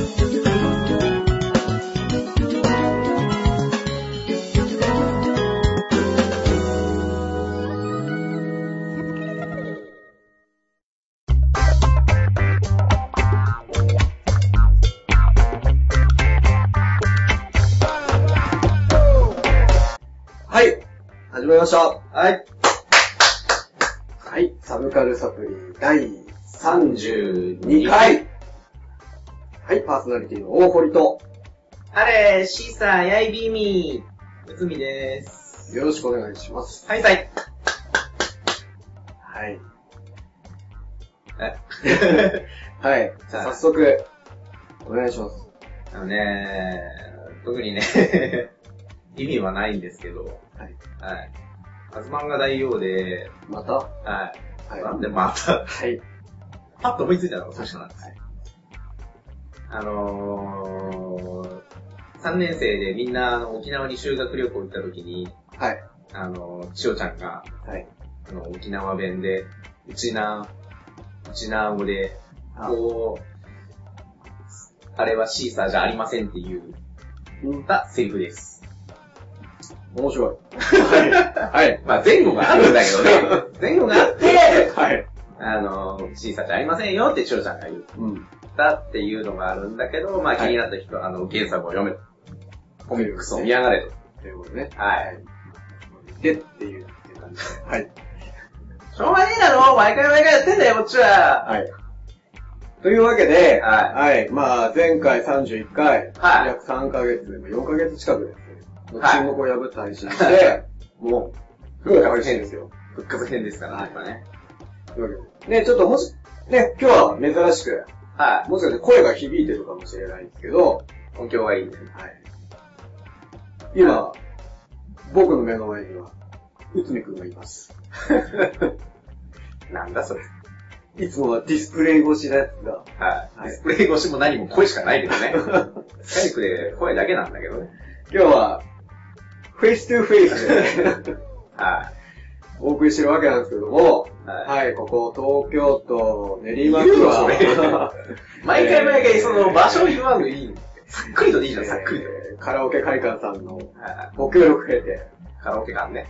始まりました。 はい。 はい。サブカルサプリ第32回。はい。パーソナリティの大堀と、 あれ、シーサー、ヤイビーミー、うつみです。 よろしくお願いします。 はい、はい。 はい。はい。じゃあ早速、お願いします。 特にね、意味はないんですけど、 はい。 はい。アズマンが大王で、 またはい。はい。なんでまたはい。 パッと思いついたのがそうしたんです。はい。3年生でみんな沖縄に修学旅行行った時に、 はい。 千代ちゃんが、 はい。 沖縄弁で、うちな語で、こう、あれはシーサーじゃありませんって言ったセリフです。 面白い。はい。はい。 まあ前後があるんだけどね。前後があって、 はい。 シーサーじゃありませんよって千代ちゃんが言ったっていうのがあるんだけど、まあ気になった人は原作を読めと。コミックスを見やがれと。 ということね。 はい。 でっていう感じで。はい。 しょうがねえだろ、毎回やってんだよ、こっちは。 はい。というわけで、 はい。 はい。まあ前回31回、 はい。 約3ヶ月でも4ヶ月近くですね。沈黙を破って配信して、もう配信ですよ。 復活編ですからね、今ね。 というわけで。ね、ちょっともし、ね、今日は珍しく、 はい。 もしかして声が響いてるかもしれないんですけど、 音響はいいね。 はい。今、僕の目の前には、内海くんがいます。 なんだそれ。 いつもはディスプレイ越しのやつが。 はい。ディスプレイ越しも何も声しかないけどね。スカイプで声だけなんだけどね。 今日は、フェイストゥーフェイスで、 はい。 お送りしてるわけなんですけども、はい、ここ東京都練馬区は、 毎回その場所を言わんでいいの。さっくりとでいいじゃん、さっくりと。 カラオケ会館さんのご協力得て、 カラオケ館ね。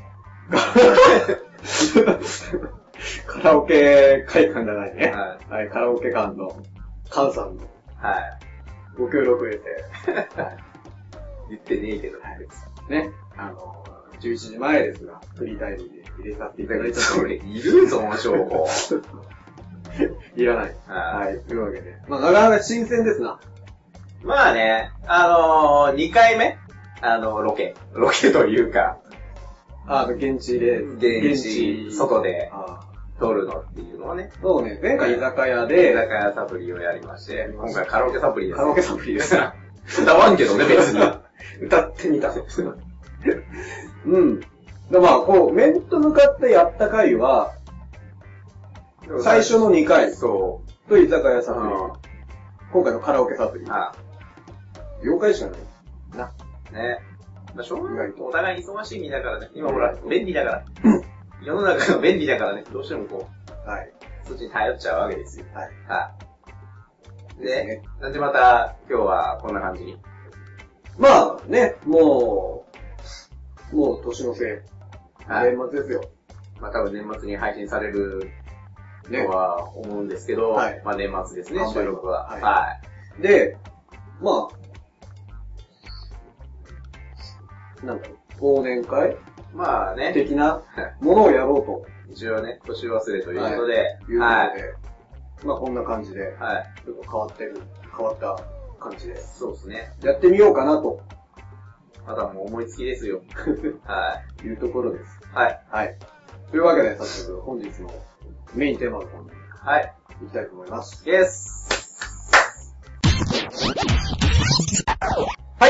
カラオケ会館じゃないね。 はい。 カラオケ館の館さんのご協力得て、 言ってねえけど、 ね、11時前ですが、フリータイムで入れさせていただいたそれ、いるぞ、情報。 いらない。はい。というわけで。まあ、なかなか新鮮ですな。 まあね、2回目ロケというか、 現地で、 外で、撮るのっていうのはね。 そうね、前回居酒屋で、 居酒屋サプリをやりまして、今回カラオケサプリです。 カラオケサプリです。 歌わんけどね、別に。 歌ってみた。うん。でまあ、こう、面と向かってやった回は、最初の2回。 そう。 と居酒屋サプリ。今回のカラオケサプリ。了解しかない。な。 ね。まあ、しょうがない。お互い忙しい身だからね。今ほら、便利だから。世の中が便利だからね。どうしてもこう。はい。そっちに頼っちゃうわけですよ。はい。はい。で、なんでまた、今日はこんな感じに。 まあね、もう年のせい。年末ですよ。まあ多分年末に配信されるとは思うんですけど、はい、まあ年末ですね、収録は。はい。はい、 で、まあ、なんだろう、忘年会まあね。 的なものをやろうと。 一応ね、年忘れということで、 はい。まあこんな感じで、はい。ちょっと変わった感じで。 そうですね。 やってみようかなと。 まだもう思いつきですよ。 はい。いうところです。 はい。 はい。というわけで、早速本日のメインテーマの方に。はい。行きたいと思います。 イエス。 はい。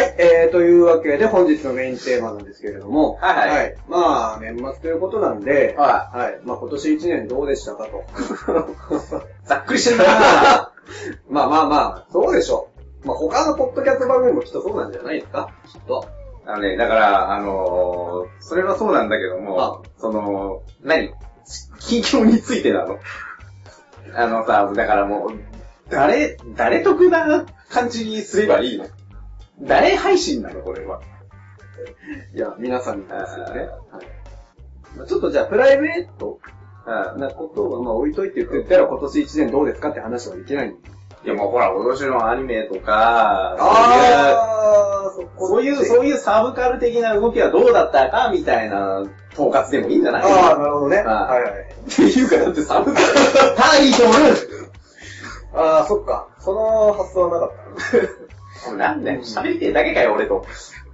というわけで本日のメインテーマなんですけれども。 はい。はい。 まあ、年末ということなんで。 はい。 はい。まあ今年1年どうでしたかと。 ざっくりしてるなまあ、そうでしょう。まあ他のポッドキャスト番組もきっとそうなんじゃないですかきっと。 ね、だから、それはそうなんだけども、近況についてなの。だからもう、 誰得な感じにすればいいの？誰配信なのこれは。 いや、皆さんにですよね。はい。まあ、ちょっとじゃあ、プライベートなことはまあ置いといて言ったら今年1年どうですかって話はいけないんで。 いやもうほら、今年のアニメとか、そういうサブカル的な動きはどうだったかみたいな統括でもいいんじゃない？ ああ、なるほどね。はいはい。 っていうか、だってサブカル、タイトルああ、そっか。その発想はなかったな。 なんだよ、喋りてえだけかよ、俺と。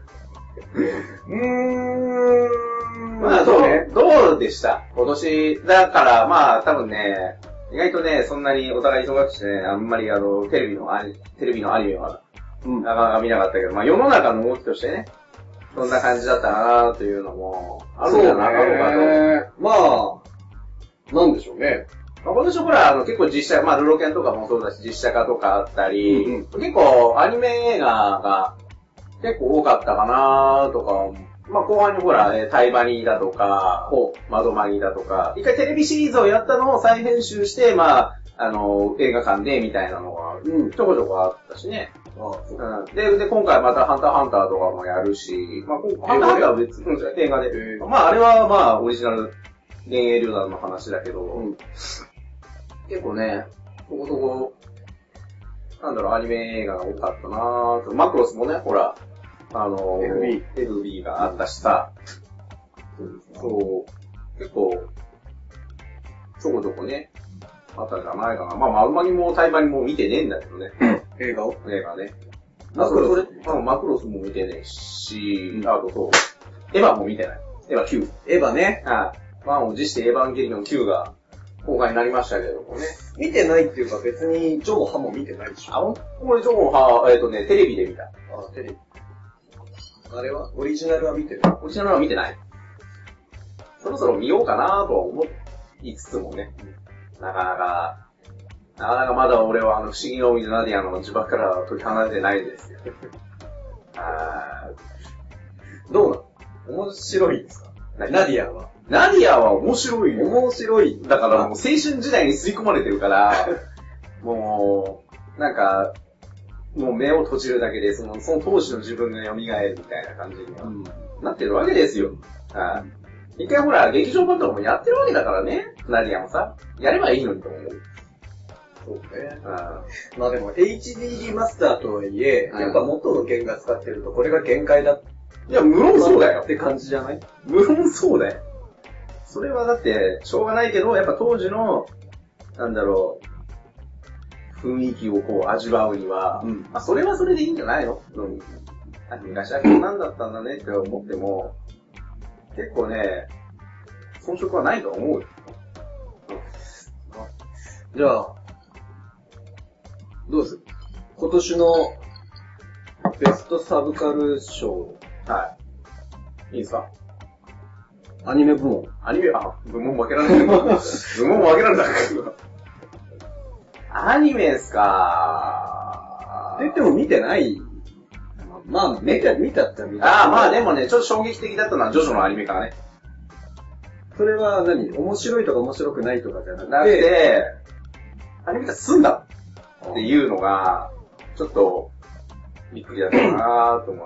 まあ、どうでした今年。だから、まあ、多分ね、意外とね、そんなにお互い忙しくてね、あんまりテレビのアニメは、なかなか見なかったけど、まあ世の中の動きとしてね、そんな感じだったなというのも、あるんじゃなかろうかと。 まあ、なんでしょうね。 まあ、今年ほら、結構実写、まあルロケンとかもそうだし、実写化とかあったり、結構アニメ映画が結構多かったかなとか、まあ後半にほら、タイバニーだとか、マドマギだとか、一回テレビシリーズをやったのを再編集して、まあ、映画館でみたいなのが、ちょこちょこあったしね。で、今回またハンターハンターとかもやるし、まあ、ハンターハンターは別に映画で。まあ、あれはまあ、オリジナル、幻影旅団の話だけど、結構ね、そこそこ、なんだろう、アニメ映画が多かったなぁ。マクロスもね、ほら、FB があったしさ、そう、結構、ちょこちょこね、あったんじゃないかな。まあ、マルマギもタイバニも見てねえんだけどね。 映画ね。マクロスも見てねえし、あとそう、エヴァも見てない。エヴァ9。 エヴァね。 満を持してエヴァンゲリオン9が公開になりましたけどもね。 見てないっていうか別にジョーハも見てないでしょ。 俺ジョーハ、テレビで見た。 テレビ。あれはオリジナルは見てる？ オリジナルは見てない。そろそろ見ようかなとは思いつつもね。なかなかまだ俺は不思議の海のナディアの呪縛から解き放ててないですよ。 どうなの？面白いですか？ナディアは。 ナディアは面白いよ。 面白い。 だからもう青春時代に吸い込まれてるから、もう、なんか、もう目を閉じるだけで、その当時の自分が蘇るみたいな感じには、なってるわけですよ。一回ほら、劇場版とかもやってるわけだからね。ナディアもさ、やればいいのにと思う。 そうね。まあでも HD リマスターとはいえ、やっぱ元の原画使ってるとこれが限界だ。 いや、無論そうだよ。 って感じじゃない？ 無論そうだよ。それはだって、しょうがないけど、やっぱ当時の、なんだろう、雰囲気をこう味わうには、まあそれはそれでいいんじゃないの？昔はこんなんだったんだねって思っても、結構ね、遜色はないと思うよ。 じゃあ、どうです？今年のベストサブカル賞。 はい。いいですか？ アニメ部門。 部門分けられない。部門分けられたけど。アニメですかって言っても見てない。まあ、見たって見た。 まあでもね、ちょっと衝撃的だったのはジョジョのアニメ化ね。 それは面白いとか面白くないとかじゃなくて、アニメ化済んだっていうのが、ちょっと、びっくりだったなと思って。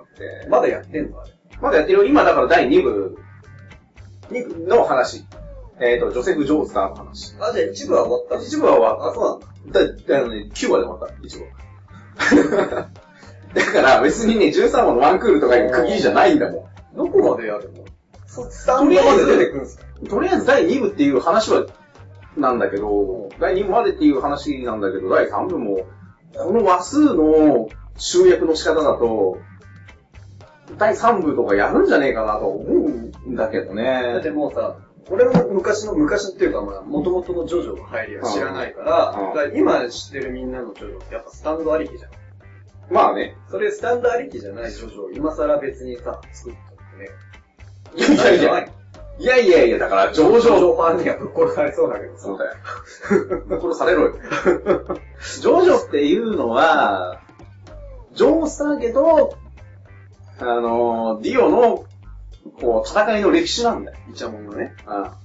まだやってんのあれ？ まだやってるよ。今だから第2部の話。ジョセフ・ジョースターの話。 じゃあ1部は終わった？ 1部は終わった。 そうなんだ。 9話で終わった、1部。だから別にね、13話のワンクールとかいう区切りじゃないんだもん。どこまでやるの？スタンドまで出てくるんですか？ とりあえず第2部っていう話は、なんだけど、第2部までっていう話なんだけど、第3部も、この話数の集約の仕方だと、第3部とかやるんじゃねえかなと思うんだけどね。 だってもうさ、俺も昔っていうかまあ、元々のジョジョの入りは知らないから、今知ってるみんなのジョジョってやっぱスタンドありきじゃん。 まあね。 それスタンドありきじゃないジョジョを今更別にさ、作ったってね。いや、だから、ジョジョファンにはぶっ殺されそうだけどさ。 そうだよ。ぶっ殺されろよ。ジョジョっていうのは、ジョースター家と、ディオの、こう、戦いの歴史なんだよ。 イチャモンがね。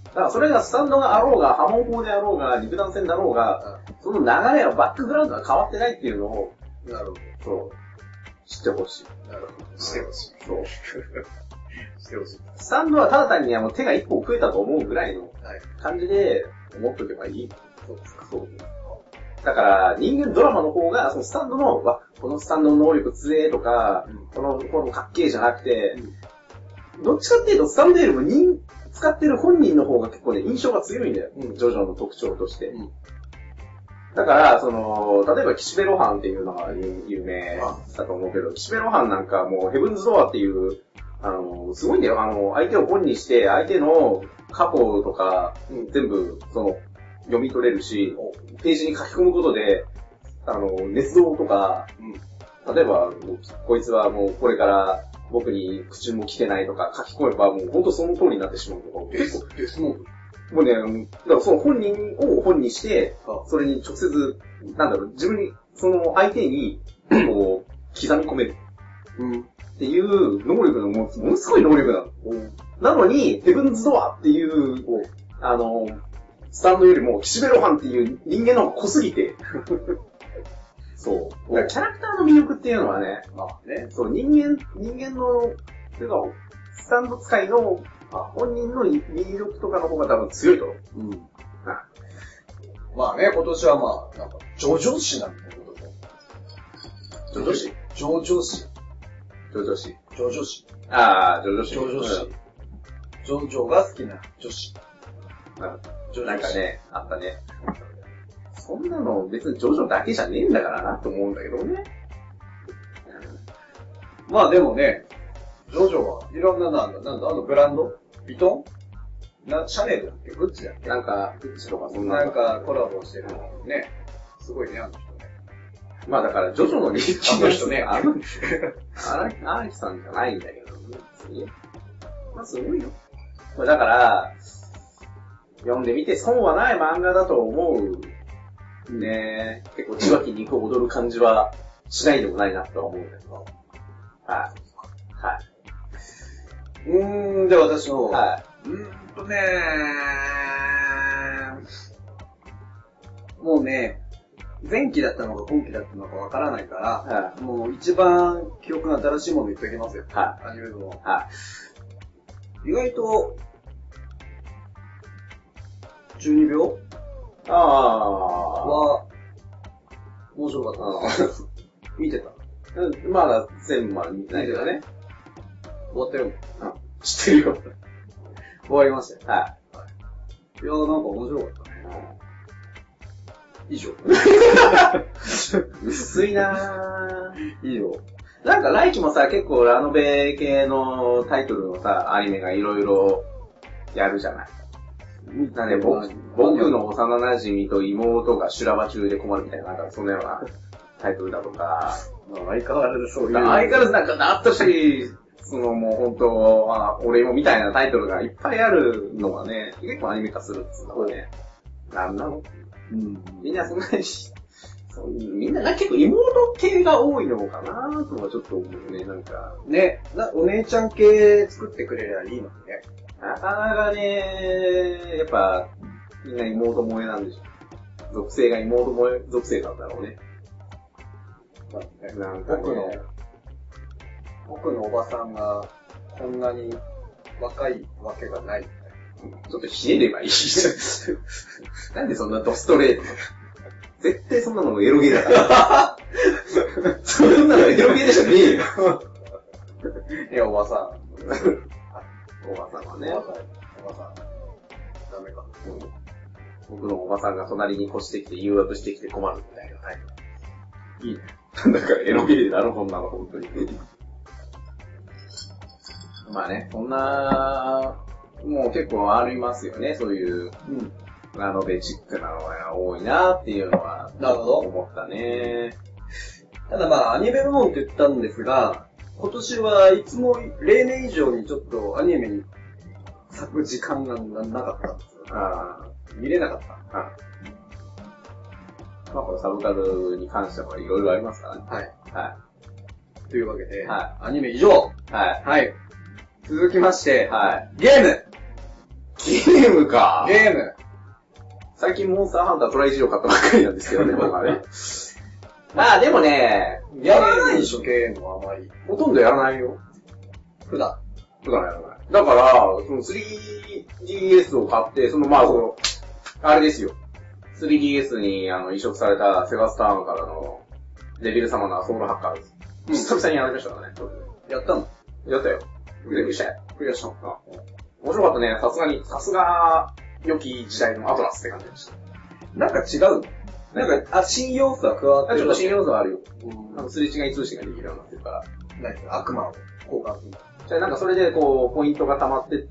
だからそれがスタンドがあろうが、波紋砲であろうが、肉弾戦だろうが、その流れのバックグラウンドが変わってないっていうのを、 なるほど。 そう。知ってほしい。 なるほど。してほしい。 そう。 してほしい。 スタンドはただ単にもう手が一歩増えたと思うぐらいの感じで思っとけばいい。 そうですか。 そう。だから、人間ドラマの方が、そのスタンドの、このスタンドの能力強えとか、このかっけえじゃなくて、どっちかっていうと、スタンドよりも使ってる本人の方が結構ね、印象が強いんだよ。ジョジョの特徴として。だから、例えば、岸辺露伴っていうのが有名だと思うけど、岸辺露伴なんかもう、ヘブンズドアっていう、すごいんだよ。相手を本にして、相手の過去とか、全部、読み取れるし、ページに書き込むことで、捏造とか、例えば、こいつはもうこれから僕に口も来てないとか書き込めば、もう本当その通りになってしまうとか、結構、もうね、だからその本人を本にして、それに直接、自分に、その相手に、こう、刻み込める。っていう能力のものすごい能力なの。なのに、ヘブンズドアっていう、スタンドよりも、岸辺露伴っていう人間の方が濃すぎて。そう。キャラクターの魅力っていうのはね、そう、人間の、てか、スタンド使いの、本人の魅力とかの方が多分強いと思う。 まあね、今年はまあ、なんか、ジョジョ誌なんてことで。 ジョジョ誌ジョジョ誌。 ジョジョ誌。 ジョジョ誌。 ああ、ジョジョ誌。 ジョジョ誌。ジョジョが好きな女子。 なんかね、あったね。そんなの別にジョジョだけじゃねえんだからなと思うんだけどね。 まあでもね、ジョジョはいろんなブランドビトンシャネルだっけグッチだっけなんか、グッチとかそんな。 なんかコラボしてるのね。すごいね、あの人ね。 まあだから、ジョジョの人気の人ね。 荒木さんじゃないんだけど、まあすごいよ。だから、読んでみて損はない漫画だと思う。ね結構血湧き肉踊る感じはしないでもないなとは思うんだけど。はい。 で、私の。 はい。 もうね、前期だったのか今期だったのかわからないから、もう一番記憶の新しいもの言っておきますよ。アニメの。意外と、12秒は、面白かったな。見てた。 まだ全部まだ見てないけどね。 終わったよ。 知ってるよ。 終わりましたよ。 いや、なんか面白かったね。以上。 薄いなぁ。 以上。 なんか来期もさ、結構ラノベ系のタイトルのさ、アニメがいろいろやるじゃない。なんで僕の幼馴染と妹が修羅場中で困るみたいな、なんかそんなようなタイトルだとか。 相変わらずそういう。 相変わらずなんかなったし、もう本当、俺もみたいなタイトルがいっぱいあるのがね、結構アニメ化するっつうのはね、なんなの？みんなそんなに、みんな結構妹系が多いのかなとはちょっと思うね、なんか。 ね、お姉ちゃん系作ってくれりゃいいのにね。 なかなかね、やっぱ、みんな妹萌えなんでしょ。属性が妹萌え属性なんだろうね。なんかね、 僕のおばさんがこんなに若いわけがない。 ちょっとひねればいいじゃん。なんでそんなドストレート絶対そんなのエロゲーだから。そんなのエロゲーでしょねえよ。 いや、おばさん。 おばさんはね。 おばさん。ダメか。 僕のおばさんが隣に越してきて誘惑してきて困るみたいなタイプ。いいね。だからエロゲーだろ、こんなの、本当に。まあね、そんな、もう結構ありますよね、そういう、ラノベチックなのが多いなっていうのは、 なるほど。 思ったね。 ただまあ、アニメ部門って言ったんですが、今年はいつも例年以上にちょっとアニメに咲く時間がなかったんですよ。見れなかった。 まあこのサブカルに関してはいろいろありますからね。 というわけで、アニメ以上。続きまして、 はい。 ゲームゲームか。 ゲーム。 最近モンスターハンタートライジを買ったばっかりなんですけどね、僕はね。まあでもね、 やらないでしょ、ゲームはあまり。 ほとんどやらないよ。 普段やらない。だから、その 3DS を買って、あれですよ。3DS に移植されたセガスターンからのデビル様のソウルハッカーです。久々にやりましたからね。 やったの？ やったよ。クリアしたよ。 クリアしたの？ 面白かったね。さすが、良き時代のアトラスって感じでした。 なんか違うの？なんか、新要素は加わってる。 ちょっと新要素はあるよ。すれ違い通信ができるようになってるから。 悪魔を交換する。 じゃあなんかそれでポイントが溜まってって、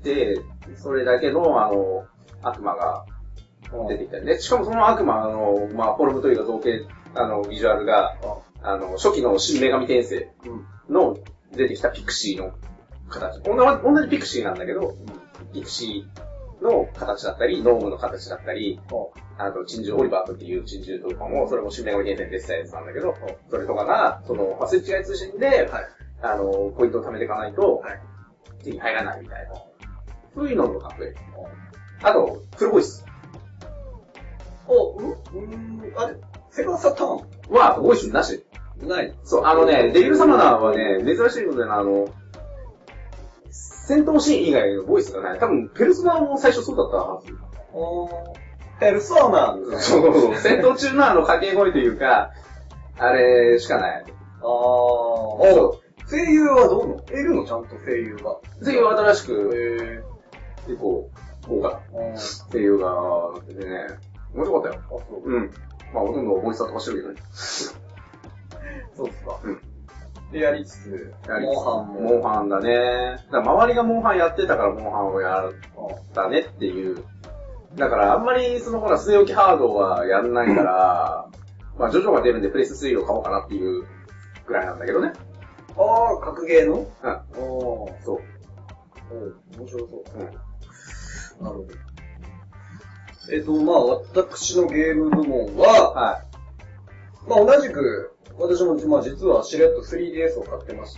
それだけの悪魔が出てきたりね。しかもその悪魔の、フォルムというか造形、ビジュアルが、初期の新女神転生の出てきたピクシーの形。同じピクシーなんだけど、ピクシーの形だったり、ノームの形だったり、珍獣オリバートっていう珍獣とかも、それも新女神転生に出てたやつなんだけど、それとかが、すれ違い通信で、ポイントを貯めていかないと、手に入らないみたいな。そういうのもかっこいい。あと、フルボイス。 あれセガサターンは、ボイスなし。 ない。 そう、デビルサマナーはね、珍しいことで戦闘シーン以外のボイスがない。多分、ペルソナも最初そうだったはず。 ペルソナそう。戦闘中の掛け声というか、あれしかない。 声優はどうの？いるのちゃんと声優が。 声優は新しく、結構、豪華な声優が出てね、面白かったよ。うん。ほとんどボイスだとかしてるけどね。 そうっすか。で、やりつつ、 モンハンだね。だから周りがモンハンやってたからモンハンをやったねっていう。だからあんまり据え置きハードはやんないから、ジョジョが出るんでプレステ3を買おうかなっていうぐらいなんだけどね。 格ゲーの？ そう。 面白そう。なるほど。私のゲーム部門は、同じく、私も実はしれっと 3DS を買ってまして。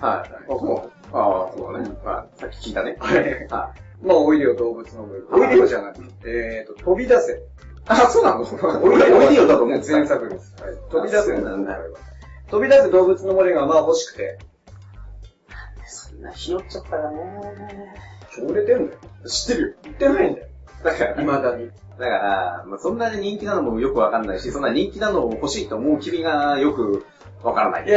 そうだね。さっき聞いたね。 おいでよ動物の森。おいでよじゃない。飛び出せ。 そうなの？おいでよだと思う。 前作です。飛び出せなんだ。飛び出す動物の森が欲しくて。 そんなひよっちゃったらね。 超売れてんだよ。知ってるよ。売ってないんだよ。だから、未だに。 だから、そんなに人気なのもよくわかんないし、そんな人気なのを欲しいと思う君がよくわからない。 いや。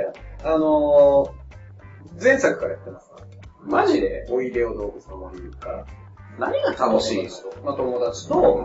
前作からやってますから。 マジで？ おいでよ動物の森から。 何が楽しいの？友達と、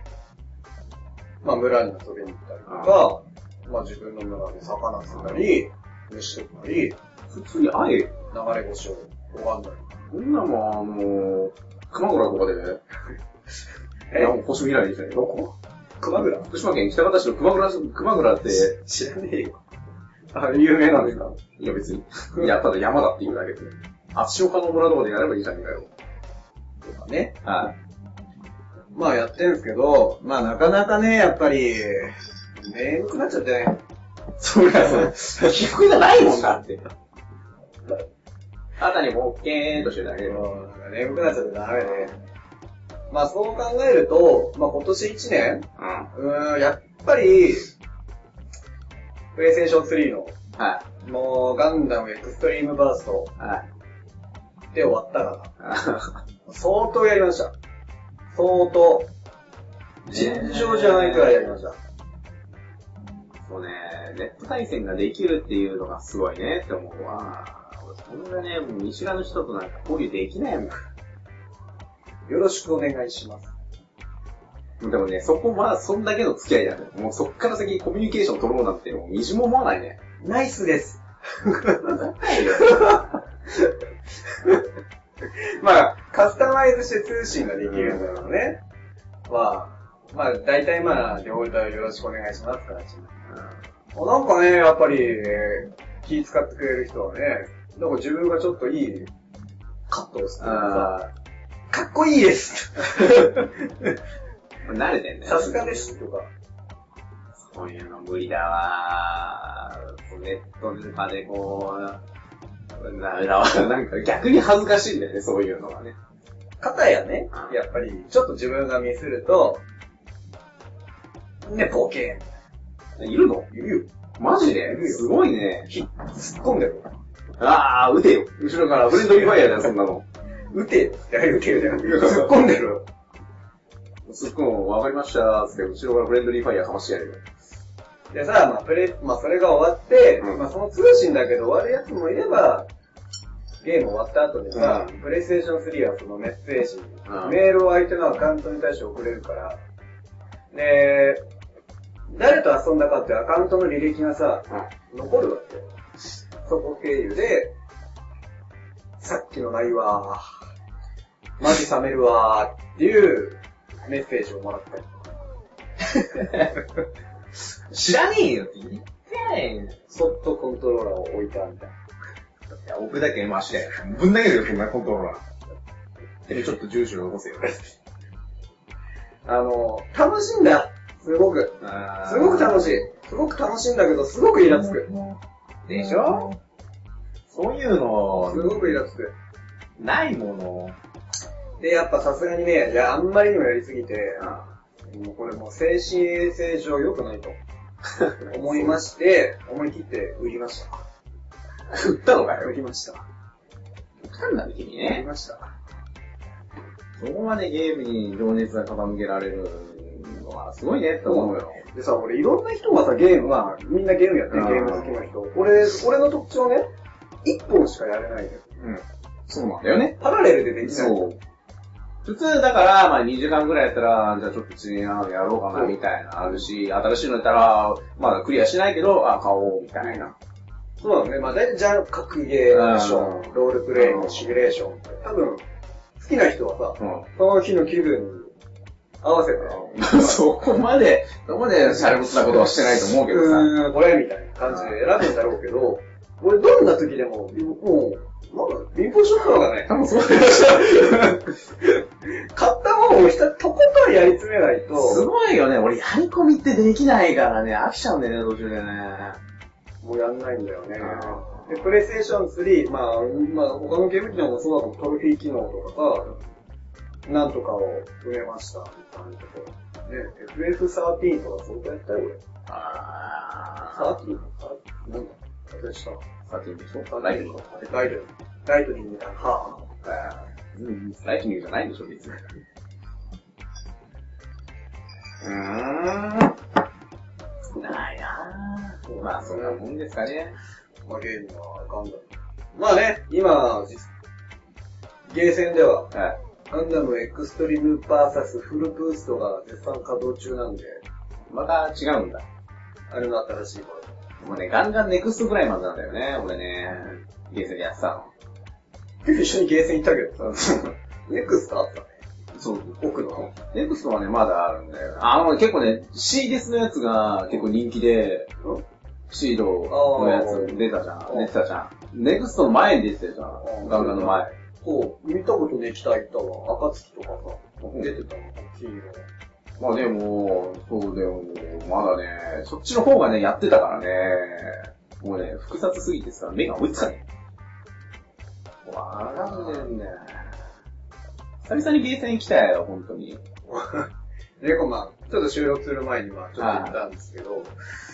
村に遊びに行ったりとか、自分の村で魚釣ったり、飯取ったり、 普通に流れ星を拝んだり。 こんなも熊倉とかで、星見ないでしょ。 どこ？熊倉？ 福島県北方市の熊倉って知らねえよ。有名なんですか？ いや別に。いや、ただ山だっていうだけで。足岡の村とかでやればいいじゃねえかよ。 とかね。やってんすけど、なかなかね、やっぱり、眠くなっちゃってね。 そりゃそう。低いじゃないもんだって。あたりもケーンとしてるだけで。 眠くなっちゃってダメで。そう考えると、今年1年やっぱり、プレイステーション3の、もうガンダムエクストリームバーストで終わったかな。相当やりました。相当。尋常じゃないくらいやりました。 そうね、ネット対戦ができるっていうのがすごいねって思うわ。そんなね、見知らぬ人となんか交流できないもん。 よろしくお願いします。 でもね、そんだけの付き合いだね。もうそっから先コミュニケーション取ろうなんて、もうみじも思わないね。 ナイスです。カスタマイズして通信ができるんだろうね。大体両方よろしくお願いしますから。なんかね、やっぱり、気使ってくれる人はね、なんか自分がちょっといいカットをするさ、かっこいいです慣れてんね。 さすがですとか。 そういうの無理だわー。ネットとかでなんか逆に恥ずかしいんだよね、そういうのがね。 片やね、やっぱり、ちょっと自分がミスると、ね、ボケいるの？ いるよ。 マジで？ いるよ。 すごいね。 突っ込んでる。 あー、撃てよ。後ろからフレンドリーファイヤーだよ、そんなの。 撃てよ。撃てよじゃん。突っ込んでる。 突っ込む、わかりましたーつって、後ろからフレンドリーファイヤーかましてやるよ。 でさ、まあそれが終わって、まあその通信だけど終わるやつもいれば、ゲーム終わった後にさ、プレイステーション3はそのメッセージ、メールを相手のアカウントに対して送れるから、で、誰と遊んだかってアカウントの履歴がさ、残るわけよ。そこ経由で、さっきのないわー、マジ冷めるわーっていうメッセージをもらったりとか。 知らねえよって言ってないよ。 そっとコントローラーを置いたみたいな。 いや、置くだけマシだよ。ぶん投げるよ、そんなコントローラー。で、ちょっと住所残せよ。 楽しいんだ。すごく楽しい。すごく楽しいんだけど、すごくイラつく。 でしょ？そういうの、 すごくイラつく。 ないもの。 で、やっぱさすがにね、いや、あんまりにもやりすぎて、もうこれもう精神衛生上良くないと思いまして、思い切って売りました。 売ったのかよ。 売りました。 売ったんだね、君ね。 売りました。 そこまでゲームに情熱が傾けられるのはすごいねって思うよ。 でさ、俺いろんな人がさ、ゲームは、みんなゲームやってるゲーム好きな人。俺の特徴ね、一本しかやれないのよ。 うん。そうなんだよね。 パラレルでできない。 そう。普通だから、まあ2時間くらいやったら、じゃあちょっと次やろうかなみたいなあるし、新しいのやったら、まだクリアしないけど、買おうみたいな。 そうだね。まあ大体じゃあ格ゲーション、ロールプレイのシミュレーションって、多分、好きな人はさ、その日の気分に合わせて。 そこまでシャレオツなことはしてないと思うけどさ。 これみたいな感じで選ぶんだろうけど、俺どんな時でも、もう、なんか、貧乏ショットがね、 多分そうでし買ったもんをとことんやり詰めないと。 すごいよね。俺やり込みってできないからね、飽きちゃうんだよね、途中でね。 もうやんないんだよね。で、プレイステーション3、まあ他のゲーム機能もそうだとトロフィー機能とかさ、なんとかを埋めました、みたいなところ。ね、FF13 とか相当やったよ、俺。13? なんだ忘れした。 13でしょ？ライトニング。 ライトニングみたいな、 ライトニングじゃないんでしょ、別に。ないなぁ。まあ、そんなもんですかね。 まあ、ゲームはガンダム。まあね、今、ゲーセンでは、ガンダムエクストリームバーサスフルブーストが絶賛稼働中なんで。 また違うんだ。 あれの新しいもの。もうね、ガンガンネクストぐらいまでなんだよね、俺ね。ゲーセンでやってたの。 一緒にゲーセン行ったけどさ、ネクストあったね。 そう、 奥の。 ネクストはね、まだあるんだよ。結構ね、シーデスのやつが結構人気で、シードのやつ出てたじゃん。ネクストの前に出てたじゃん。ガンガンの前。 そう、見たことね、機体いたわ。暁とかさ、出てたの、黄色。 まあでも、そうでも、まだね、そっちの方がね、やってたからね、もうね、複雑すぎてさ、目が追いつかねえ。わかんねえんだよ。久々にゲーセン行きたいよ、ほんとに。 で、まあ、ちょっと収録する前にちょっと言ったんですけど、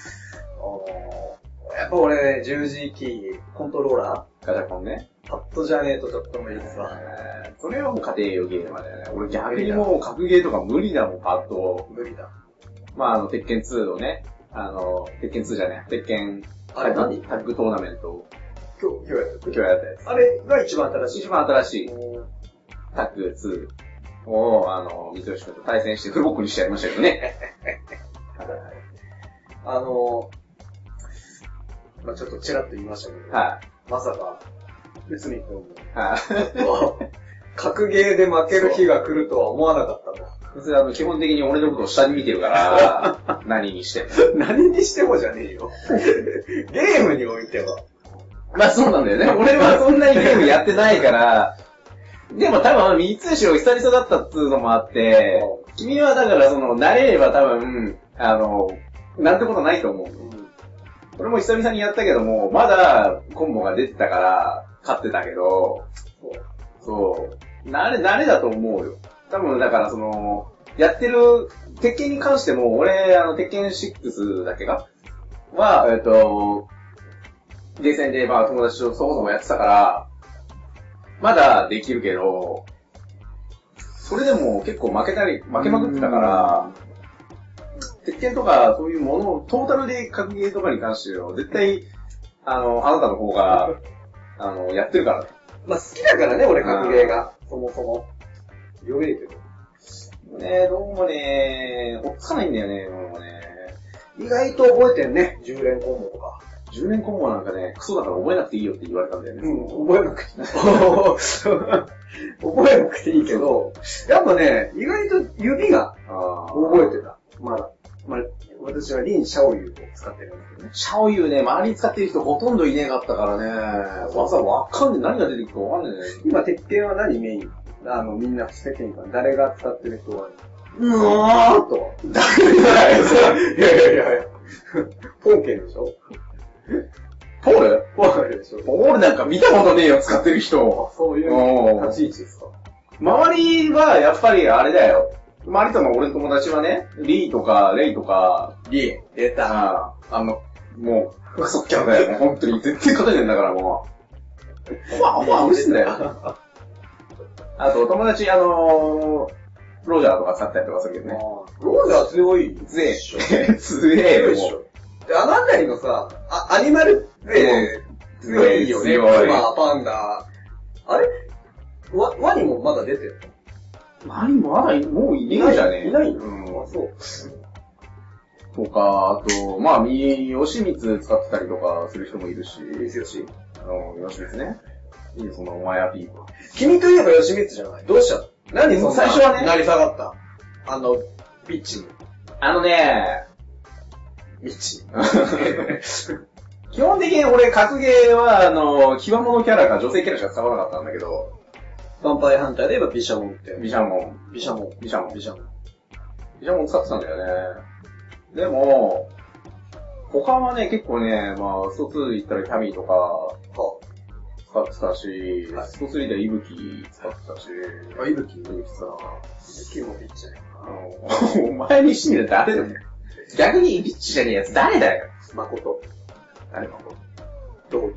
やっぱ俺ね、十字キー、コントローラーガチャコンね。 パッドじゃねえとちょっと無理ですわ。 それはもう家庭用ゲームまでだよね。俺逆にもう格ゲーとか無理だもん、パッド。 無理だ。 まあ鉄拳2のね、鉄拳2じゃねえ、鉄拳タッグトーナメント。 今日やったやつ。 あれが一番新しい。 一番新しい。タッグ2を、三吉君と対戦してフルボックにしてやりましたけどね。 まあちょっとチラッと言いましたけど、まさか、内海君も、格ゲーで負ける日が来るとは思わなかったと。 それ基本的に俺のことを下に見てるから、何にしても。 何にしてもじゃねえよ。ゲームにおいては。 まあそうなんだよね。俺はそんなにゲームやってないから、でも多分、三石を久々だったっていうのもあって、君はだから慣れれば多分、なんてことないと思う。俺も久々にやったけども、まだコンボが出てたから、勝ってたけど、そう。 慣れだと思うよ。多分、だからやってる、鉄拳に関しても、俺、鉄拳6だけが、は、ゲーセンで、まあ、友達とそこそこやってたから、まだできるけど、それでも結構負けまくってたから、鉄拳とかそういうものを、トータルで格ゲーとかに関しては、絶対、あなたの方が、やってるからね。 まあ好きだからね、俺格ゲーが。そもそも。弱いけど。 ねどうもね追っつかないんだよね、もうね。 意外と覚えてんね、10連コンボとか。 10連コンボなんかね、クソだから覚えなくていいよって言われたんだよね。 覚えなくていい。覚えなくていいけど、やっぱね、意外と指が覚えてた。まだ。まあ、私はリン・シャオユーを使ってるんですけどね。 シャオユーね、周りに使ってる人ほとんどいねえかったからね。技わかんねえ。何が出てくるかわかんねえ。 今、鉄拳は何メインみんな世間から誰が使ってる人は。と。誰だよ、いや。ポーケンでしょポールポールでしょポールなんか見たことねえよ、使ってる人。 そういう立ち位置ですか。 周りはやっぱりあれだよ。周りとの俺の友達はね、リーとかレイとか、 リー、出た。 もう、クソっキャラだよ。もう本当に絶対勝てねえんだからもう。うるせえんだよ。あと友達、ロジャーとか使ったりとかするけどね。 ロジャー強い。 強え。強えよ。 で、あのあたりのさ、アニマルって強いよね。クマ、パンダ。あれワニもまだ出てるの？ワニもまだもういねえじゃねえ。 いないの？ そう。 とか、あと、まあ、吉光使ってたりとかする人もいるし。吉光ね。いいよ、そのマヤピープ。 君といえば吉光じゃない？どうしたの？何その最初はね。 成り下がった。ピッチに。 ピッチ。基本的に俺、格ゲーは、極物キャラか女性キャラしか使わなかったんだけど。 ヴァンパイアハンターで言えばビシャモンって。 ビシャモン使ってたんだよね。でも、他はね、結構ね、まあ、スト2行ったらキャミーとか、使ってたし、スト3ではイブキ使ってたし。 イブキさ。イブキもピッチだよ。 お前にしてみたら誰だよ。逆にピッチじゃねえやつ誰だよ。 誠。 誰誠？ どう？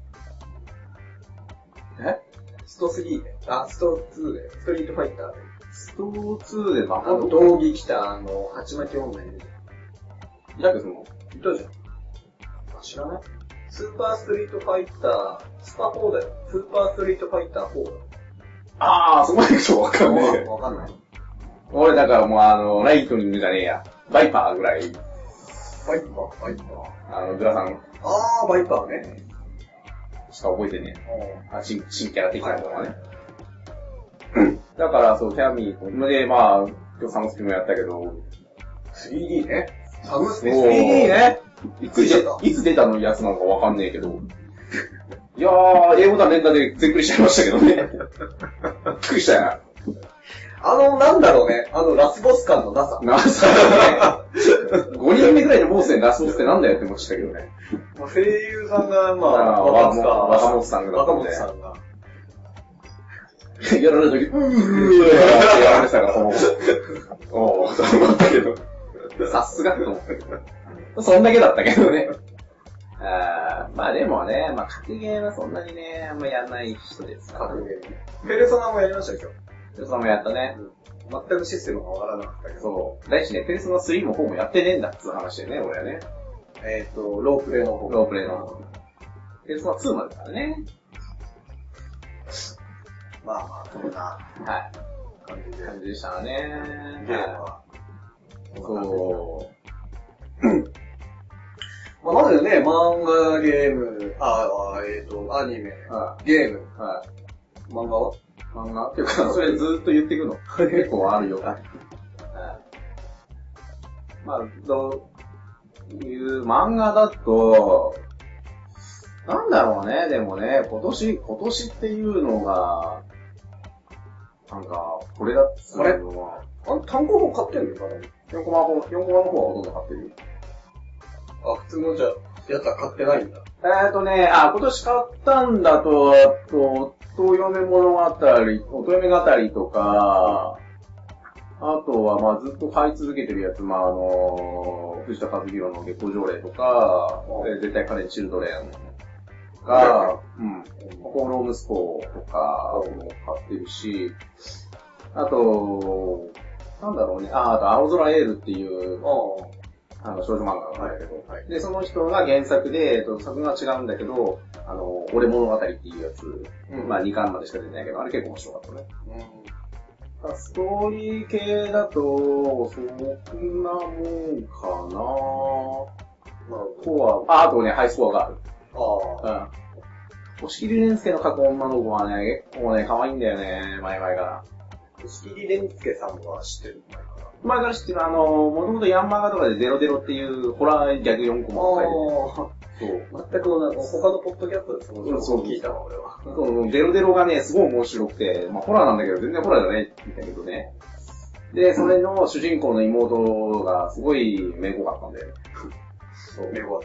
スト3で。スト2で。ストリートファイターで。 スト2で誠？ 道着着た鉢巻き女いるじゃん。いたじゃん。 知らない？スーパーストリートファイター、スパ4だよ。スーパーストリートファイター4だよ。 そこまで行くとわかんねえ。 わかんない。 俺だからもうライトニングじゃねえや。バイパーぐらい。 バイパーグラさん。 バイパーね。 しか覚えてねえ。新キャラ的なのがね。だからそう、キャミーで、まあ、今日サムスピもやったけど、 3D ね。サムスピ 3D ね。いつ出たのやつなのかわかんねえけど。いやー、英語だ連打でぜっくりしちゃいましたけどね。びっくりしたよ。 なんだろうね。ラスボス感のなさ。 5人目ぐらいでモースでラスボスってなんだよって思ってたけどね。 声優さんが、まあ、 若本さんが。やられた時、ってやられてたから、そう思ったけど。さすがと思って。そんだけだったけどね。まあでもね、格ゲーはそんなにね、あんまやらない人ですから。 格ゲー。ペルソナもやりましたよ、今日。 ペルソナもやったね。 全くシステムがわからなかったけど。 そう。第一ね、ペルソナ3も4もやってねえんだっていう話でね、俺はね。 ロープレイの方。 ペルソナ2までだからね。 まあ、そんな、感じでしたね。 ゲームは。 そう。 まあ、なのでね、漫画、ゲーム、アニメ、ゲーム、漫画は漫画っていうか、それずっと言っていくの。結構あるよ。まあ、どういう漫画だと、なんだろうね、でもね、今年っていうのが、なんか、これだっつうのは。 単行本買ってんのかな？ 4コマの方はほとんど買ってるよ。 普通のじゃあ、 やつは買ってないんだ。 今年買ったんだと、遠嫁物語、乙女語とか、あとは、まあずっと買い続けてるやつ、藤田和弘の月光条例とか、絶対彼チルドレンとか、放浪息子とかも買ってるし、あと、なんだろうね、あと青空エールっていう、少女漫画があるけど、で、その人が原作で、作が違うんだけど、俺物語っていうやつ、2巻までしか出てないけど、あれ結構面白かったね。ストーリー系だと、そんなもんかなあとね、ハイスコアがある。押切蓮介の描く女の子はね、結構ね、可愛いんだよね、前々から。 押切蓮介さんは知ってる前から知ってる、もともとヤンマガとかでデロデロっていうホラーギャグ4コマを書いてて。 そう。全く他のポッドキャストでそう聞いたわ、俺は。 そう、デロデロがね、すごい面白くて、ホラーなんだけど、全然ホラーじゃないんだけどね。で、それの主人公の妹がすごいめごかったんだよね。 そう、めごかった。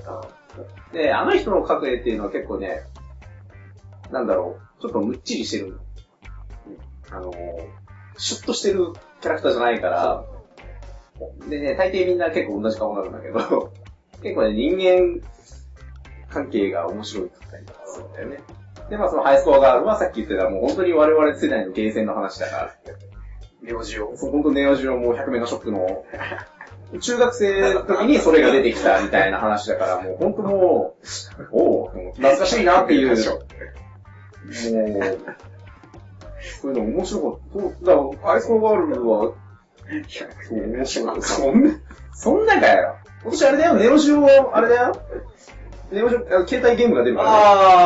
で、あの人の描く絵っていうのは結構ね、なんだろう、ちょっとむっちりしてる。シュッとしてるキャラクターじゃないから、でね、大抵みんな結構同じ顔なんだけど、結構ね、人間関係が面白いって言ったりとかするんだよね。で、そのハイスコアガールはさっき言ってたもう本当に我々世代のゲーセンの話だから。 ネオジオ。 そう、本当ネオジオも100メガショップの、中学生の時にそれが出てきたみたいな話だから、もう本当もう、懐かしいなっていう。もう、そういうの面白かった。だから、ハイスコアガールは、そう面白い。そんなかよ。今年あれだよ、ネオジオ、あれだよ。ネオジオ、携帯ゲームが出るからね。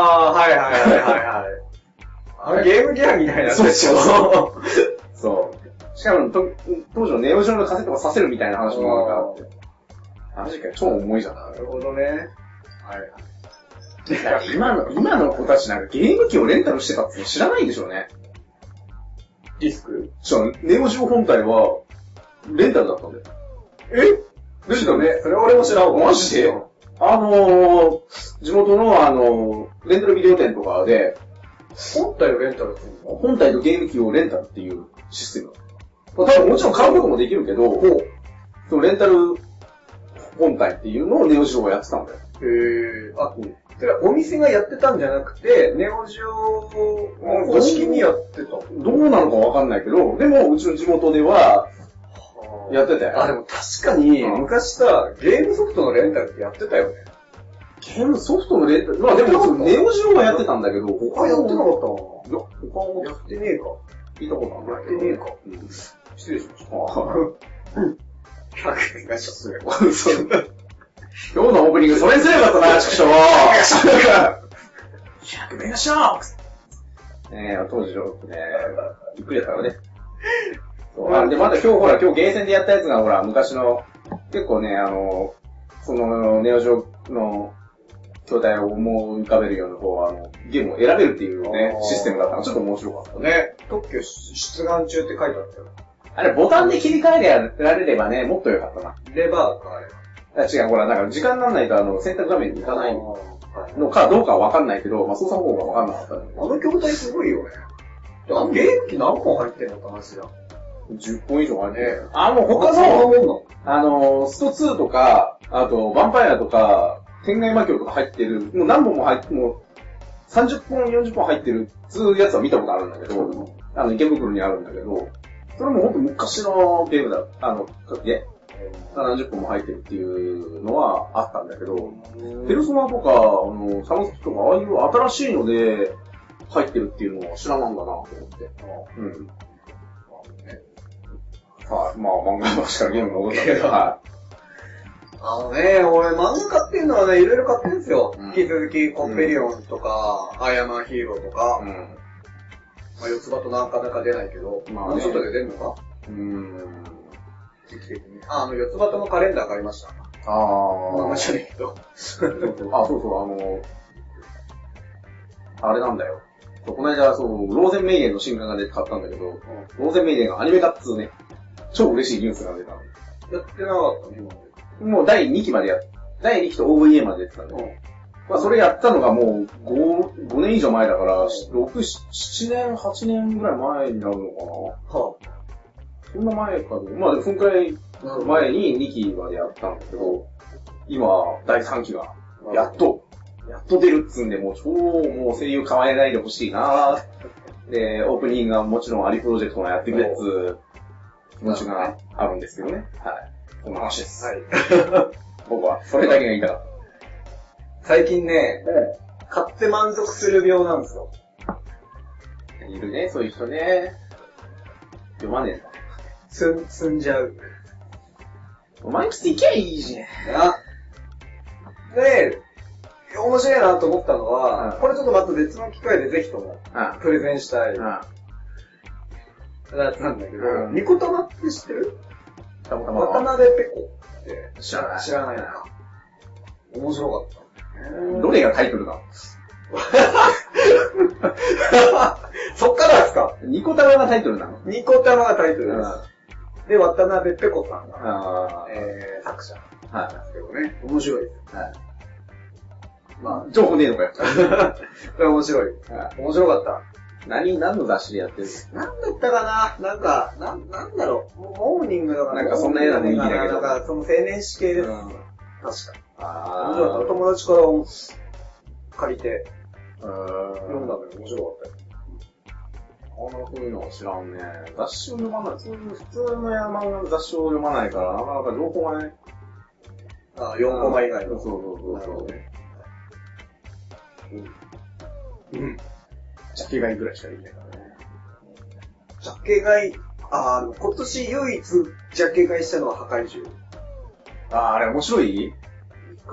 はい。ゲームギアみたいなやつでしょ。 そう。しかも、当時のネオジオのカセットがさせるみたいな話もあるからって。マジかよ、超重いじゃん。 なるほどね。 はい。今の子たちなんかゲーム機をレンタルしてたって知らないんでしょうね。 ディスク？ ネオジオ本体は、レンタルだったんだよ。 レンタルね。それは俺も知らんわ。 マジで地元のレンタルビデオ店とかで、 本体をレンタルっていうの？ 本体とゲーム機をレンタルっていうシステム。多分もちろん買うこともできるけど、そのレンタル本体っていうのをネオジオがやってたんだよ。 それはお店がやってたんじゃなくて、ネオジオの公式にやってた。 どうなのかわかんないけど、でもうちの地元では、やってたよ。 でも確かに、昔さ、ゲームソフトのレンタルってやってたよね。 ゲームソフトのレンタル？でもネオジオはやってたんだけど、 他やってなかったわ。いや、 他もやってねえか。 聞いたことある。 やってねえか。 失礼しました。 100円がちょっと今日のオープニング、それにすればよかったな、畜生。100メガショック当時ちょっとね、びっくりだったからね。で、まだ今日ゲーセンでやったやつが昔の、結構ね、その、ネオジオの筐体を思い浮かべるような、ゲームを選べるっていうね、システムだったのちょっと面白かったね。 特許出願中って書いてあったよ。 あれ、ボタンで切り替えられればね、もっと良かったな。 レバーか、あれ。 違う、なんか時間にならないと選択画面に行かないのかどうかはわかんないけど、操作方法がわかんなかったね。 筐体すごいよね。ゲーム機何本入ってんのって話だ。 10本以上あるね。もう他の、スト2とか、あと、ヴァンパイアとか、天外魔境とか入ってる、もう何本も入って、もう、30本、40本入ってる、そういうやつは見たことあるんだけど、池袋にあるんだけど、それもほんと昔のゲームだ、70本も入ってるっていうのはあったんだけど、ペルソナとか、サムスキとか、ああいう新しいので入ってるっていうのは知らなんだなと思って。漫画の話からゲーム戻ったけど、 俺漫画買ってるのはね、いろいろ買ってるんですよ。引き続き、コンペリオンとか、アイアンマンヒーローとか、四つ葉となかなか出ないけど、もうちょっとで出るのか時期的に。四つ葉とのカレンダー買いました。漫画じゃねえけど。 あれなんだよ。この間、ローゼンメイデンの新刊が出て買ったんだけど、ローゼンメイデンがアニメ化っつうね、超嬉しいニュースが出たの。 やってなかったね、 もう第2期までやっ第2期と OVA まで出てたんだよ。まあそれやったのがもう5年以上前だから、6、7年、8年ぐらい前になるのかな。はあ、そんな前かで。まあでもそんくらい前に2期までやったんだけど、今、第3期が、やっと出るっつんで、もう声優変えないでほしいなぁ。で、オープニングがもちろんアリプロジェクトがやってくれっつ気持ちがあるんですけどね。はい。この話です。はい。僕は、それだけが言いたかった。 最近ね、買って満足する病なんですよ。 いるね、そういう人ね。読まねえんだ。 積んじゃう。 満喫いけばいいじゃん。 で、面白いなと思ったのは、これちょっとまた別の機会でぜひとも、プレゼンしたい。やつなんだけど、ニコタマって知ってる？渡辺ペコって知らないのか。面白かった。 どれがタイトルなの？ そっからですか？ ニコタマがタイトルなの？ ニコタマがタイトルです。で、渡辺ペコさんが、作者なんですけどね。面白いです。はい。 まあ、情報ねえのかよ。 これ面白い。面白かった。 何の雑誌でやってる？ なんだったかな？なんだろう。モーニングとかなんかそんなような雰囲気だけど。 なんかその青年誌系です。確か。面白かった。友達から借りて、読んだのに面白かったよ。 そういうのは知らんね。雑誌を読まない。普通の漫画の雑誌を読まないから、なかなか情報がね。 4コマ以外の。 そう。ジャケ買いぐらいしかできないからね。 ジャケ買い、今年唯一ジャケ買いしたのは破壊獣。 あれ面白い？そう。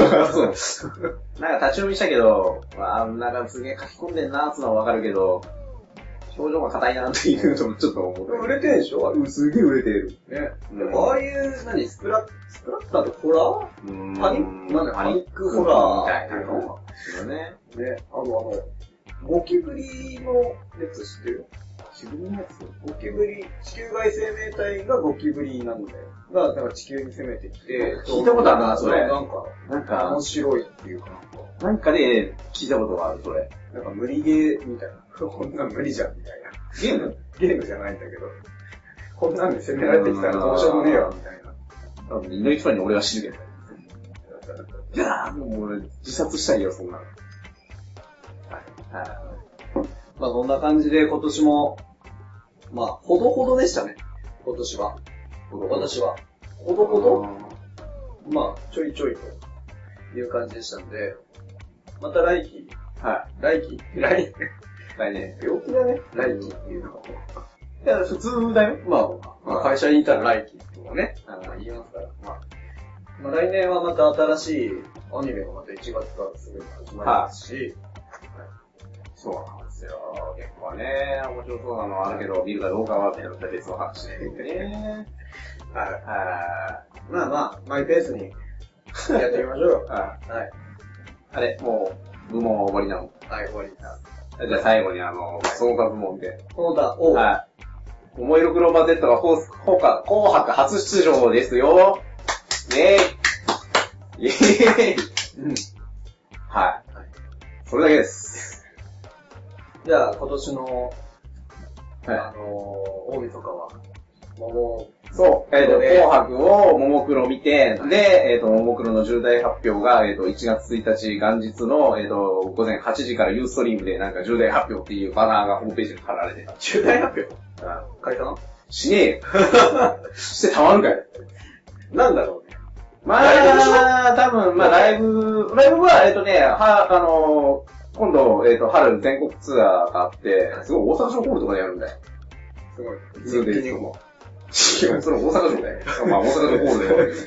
なんか立ち読みしたけど、なんかすげえ書き込んでんなーってのはわかるけど、表情が硬いなっていうのもちょっと思って。 売れてるでしょ？ すげえ売れてる。 ね。ああいう、スプラッターってホラー？パニックホラーみたいなのね。 ね。ゴキブリのやつ知ってる？ ゴキブリのやつ？ ゴキブリ、地球外生命体がゴキブリなんだよ。だから地球に攻めてきて。 聞いたことあるな、それ。 なんか、面白いっていうかなんかで聞いたことがある、それ。 なんか無理ゲーみたいな。こんなん無理じゃん、みたいな。ゲームじゃないんだけど。こんなんで攻められてきたらどうしようもねえよ、みたいな。 多分、猪木ファンに俺は死ぬけど。いやー、もう俺、自殺したいよ、そんなの。 まあ、そんな感じで今年も、まあ、ほどほどでしたね。今年は。私は。ほどほどまあ、ちょいちょいという感じでしたんで、また来期。来年。病気だね。来期っていうのは。 いや、普通だよ。 まあ、会社にいたら来期っていうのはね、言いますから。まあ、来年はまた新しいアニメがまた1月からすぐに始まりますし、 そうなんですよ。結構ね、面白そうなのはあるけど、見るかどうかはってなったら別の話でね。 まあ、マイペースにやってみましょうよ。 あれ、もう、部門は終わりなの？ はい、終わりだ。 じゃあ最後にその他部門で。 はい。 桃色クローバー Z が紅白初出場ですよ。イェーイはい。それだけです。 じゃあ、今年の、大晦日は、 そう、紅白をももクロ見て、で、ももクロの重大発表が、1月1日元日の、午前8時からユーストリームでなんか重大発表っていうバナーがホームページに貼られてた。 重大発表？書いたの？ しねえよ。してたまるかよ。 なんだろうね。 まあ、多分、ライブは、今度、春全国ツアーがあって、すごい大阪城ホールとかでやるんだよ。 すごい。 普通で言うと。違う、それ大阪城だよ。まあ大阪城ホールでやる。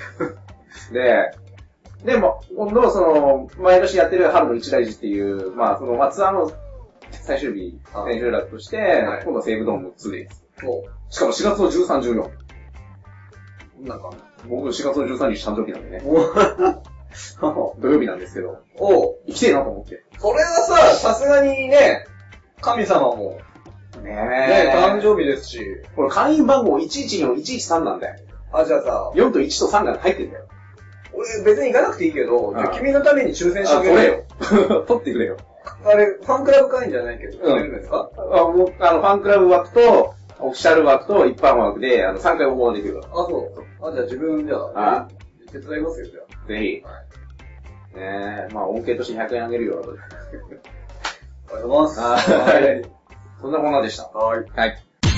でも、今度、毎年やってる春の一大事っていう、ツアーの最終日、千秋楽として、今度西武ドーム 2days。しかも4月の13、14。なんか、僕4月の13日誕生日なんでね。土曜日なんですけど。生きてえなと思って。 それはさすがにね、神様も、誕生日ですし。 これ会員番号114113なんだよ。 じゃあさ、 4と1と3が入ってんだよ。 俺別に行かなくていいけど、じゃあ君のために抽選してあげるよ。取ってくれよ。 あれ、ファンクラブ会員じゃないけど、取れるんですか？ もう、ファンクラブ枠と、オフィシャル枠と一般枠で、3回応募できるから。 あ、そう。じゃあ自分、じゃあ、手伝いますよ、じゃあ。ぜひ。まあ、恩恵として100円あげるよ。 ありがとうございます。 はい。そんなこんなでした。 はい。 はい。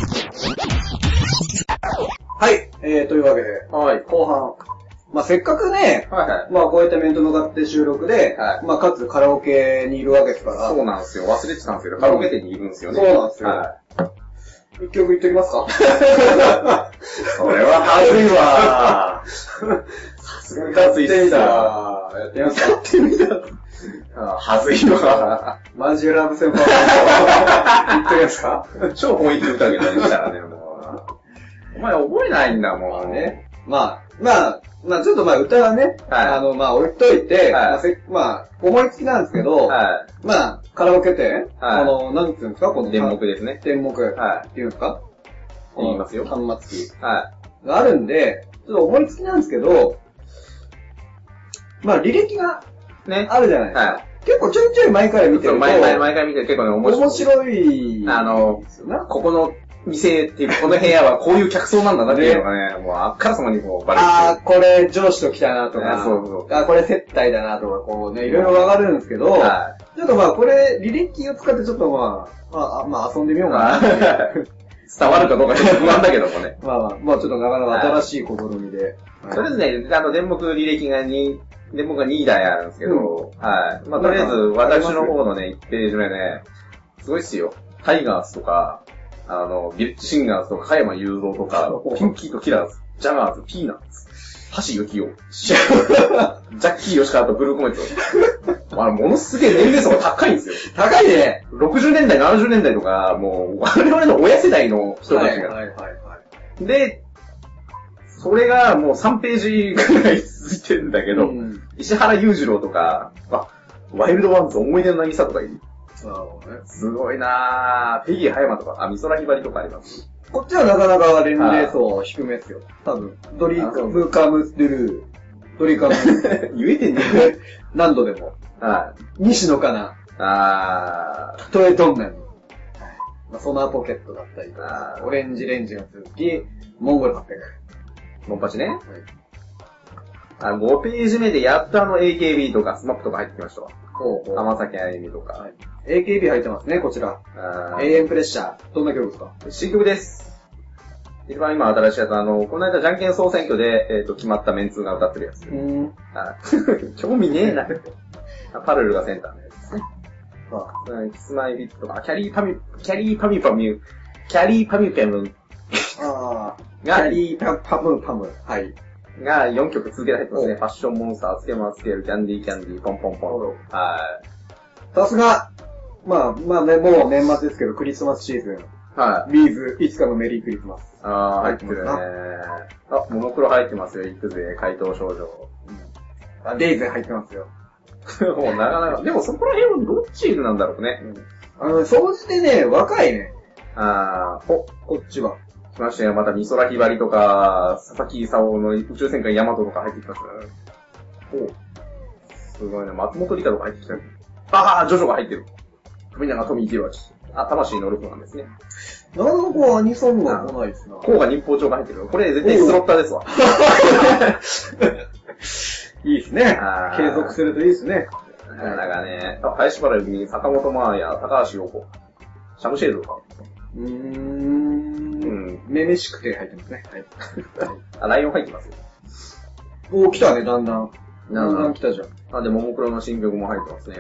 はい。というわけで、 はい。 後半。まあ、せっかくね、 はいはい。 まあ、こういった面と向かって収録で、はい。まあ、かつカラオケにいるわけですから。 そうなんですよ。忘れてたんですけど、カラオケ店にいるんですよね。 そうなんですよ。はい。一曲言っときますか？ それははずいわ。さすがにやってみた。 やってみますか？ やってみた。はずいわ。 マジラブ先輩。言っときますか？ 超本気で歌うけどね、したらね、もう。お前覚えないんだもんね。まあ、ちょっと歌はね、はい、置いといて、はい、思いつきなんですけど、はい、カラオケ店、はい、なんていうんですか、この電目ですね。 電目、はい、っていうんですか？ 言いますよ。 端末機。はい。があるんで、ちょっと思いつきなんですけど、履歴が、ね、あるじゃないですか。はい。結構ちょいちょい前から見てると、 毎回見てる結構ね、 面白い。 ここの店っていう、この部屋はこういう客層なんだなっていうのがね、もうあっからさまにこうバレてこれ上司と来たなとか、これ接待だなとか、こうね、いろいろわかるんですけど、ちょっとこれ、履歴を使ってちょっと遊んでみようかな。 伝わるかどうかちょっと不安だけどもね。 ちょっとなかなか新しい試みで。 とりあえずね、電目履歴が電目が2台あるんですけど、はい。とりあえず私の方のね、1ページ目ね、すごいっすよ。タイガースとか、ビレッジシンガーズとか、加山雄三とか、ピンキーとキラーズ、ジャガーズ、ピーナッツ、橋幸夫、ジャッキー吉川とブルーコメント。ものすげえ年齢層が高いんですよ。 高いね。 60年代、70年代とか、もう、我々の親世代の人たちが。で、それがもう3ページくらい続いてるんだけど、石原裕次郎とか、ワイルドワンズ思い出の渚とかいる。すごいなぁ。ペギー葉山とか、美空ひばりとかあります。 こっちはなかなか年齢層低めですよ。多分。ドリカムスドゥルー。ドリカムス。 言えてんね何度でも。西野カナ。トエトンネル。ソナーポケットだったりとか、オレンジレンジの続き、モンゴル800。 モンパチね。5ページ目でやっとAKB とかスマップとか入ってきましたわ。浜崎あゆみとか。 AKB 入ってますね、こちら。永遠プレッシャー。どんな曲ですか？ 新曲です。一番今新しいやつ、この間じゃんけん総選挙で、決まったメンツが歌ってるやつ。興味ねえな。パルルがセンターのやつですね。キスマイビットとか、キャリーパミュパミュ。 キャリーパムパム。はい。 が4曲続けて入ってますね。ファッションモンスター、つけまつける、キャンディー、ポンポンポン。はい。 さすが、もう年末ですけど、クリスマスシーズン。はい。ビーズ、いつかのメリークリスマス。 入ってるね。ももクロ入ってますよ、いくぜ、怪盗少女。 デイズ入ってますよ。 もうなかなか、でもそこら辺はどっちなんだろうね。 総じてね、若いね。 こっちは。 来ましたよ。また美空ひばりとか、佐々木勲の宇宙戦艦ヤマトとか入ってきましたね。すごいね。松本里香とか入ってきた。ジョジョが入ってる。富永富弘明。魂のルフなんですね。 なかなかアニソンが来ないですな。 甲賀日報帳が入ってる。これ絶対スロッターですわ。 いいですね。継続するといいですね。 なんかね、林原由美、坂本真綾、高橋洋子、シャムシェードとか。 めめしくて入ってますね。 はい。ライオン入ってますよ。来たね、だんだん来たじゃん。 で、ももクロの新曲も入ってますね。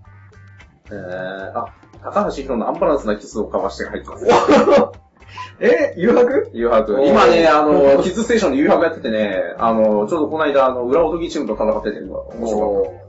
高橋宏のアンバランスなキスを交わして入ってますね。 誘惑？ 誘惑。今ね、キッズステーションで誘惑やっててね、ちょうどこの間、裏おとぎチームと戦ってて、面白かった。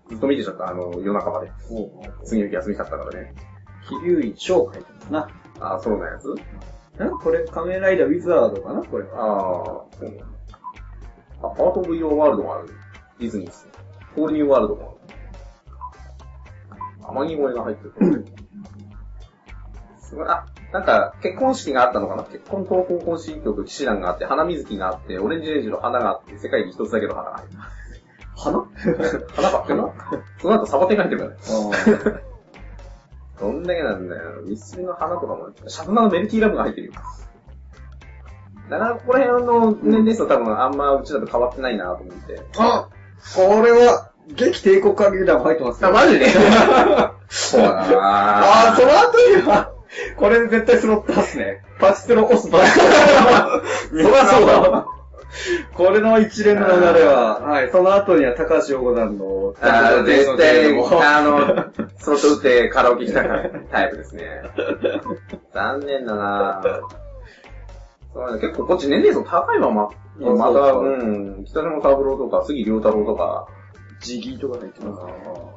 ずっと見てちゃった、夜中まで。次の日休みちゃったからね。 桐生一翔入ってますな。 そうなやつ？ これ、仮面ライダーウィザードかなこれは。 パートオブ・ヨー・ワールドがある。ディズニーですね。ホールニューワールドもある。天城越えが入ってる。すごい。 なんか、結婚式があったのかな？結婚闘魂行進曲、騎士団があって、花水木があって、オレンジレンジの花があって、世界に一つだけの花が入ってる。 花花ばっかりその後サボテンが入ってるからね。どんだけなんだよ。ミスチルの花とかも、シャズナのメルティーラブが入ってるよ。だからここら辺の年齢層多分あんまうちだと変わってないなと思って。 あ、これは、激帝国歌劇団入ってますよ。 あ、マジでそうだなぁ。 あ、その後には、これで絶対揃ってますね。パチスロオスバー。そりゃそうだ。これの一連の流れは、はい、その後には高橋洋子さんの、 絶対、そっと打ってカラオケ来たタイプですね。残念だなぁ。結構こっち年齢層高いまま、また、北野三郎とか、杉良太郎とか、 ジギーとか入ってますね。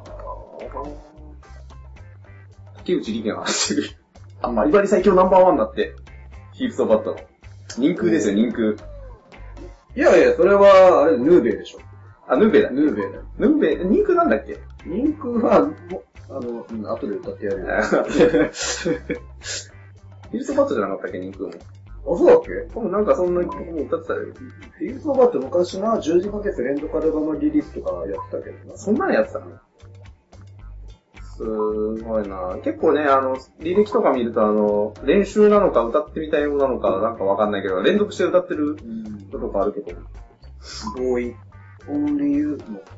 竹内力が走ってる。あ、バリバリ最強ナンバーワンだって。ヒープソバットの。人空ですよ、人空。 いやいや、それは、あれ、ヌーベイでしょ。 あ、ヌーベイだ。 ヌーベイだよ。 ヌーベイ、人空なんだっけ？ 人空は、後で歌ってやるよ。 ヒープソバットじゃなかったっけ、人空も。 あ、そうだっけ？ なんかそんな曲も歌ってたよ。 フィールドバーって昔な、10時ヶ月連続アルバムリリースとかやってたけどな。 そんなのやってたの？すごいな。結構ね、履歴とか見ると練習なのか歌ってみたいようなのかなんかわかんないけど、連続して歌ってる人とかあるけど。 ボーイ、オンリーユーも。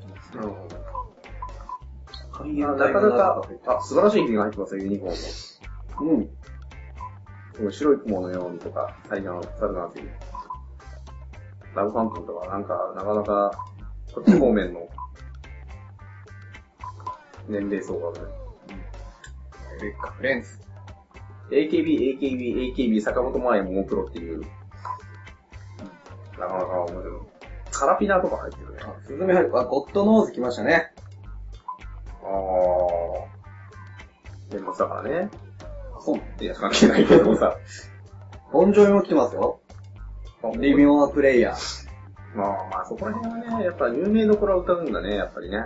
なかなか、素晴らしい日が入ってますよ、ユニコーンも。白い雲のようにとか、サルガンセリ。ラブファントンとか、なんか、なかなか、こっち方面の年齢層があるね。 レッカフレンズ。 AKB、坂本真綾ももプロっていう。なかなか面白い。カラピナとか入ってるね。 スズメ入る。ゴッドノーズ来ましたね。 年末だからね。 そういや、関係ないけどさ。 ボンジョイも来てますよ。リビオンプレイヤー。 まあ、そこら辺はね、やっぱ有名どころは歌うんだね、やっぱりね。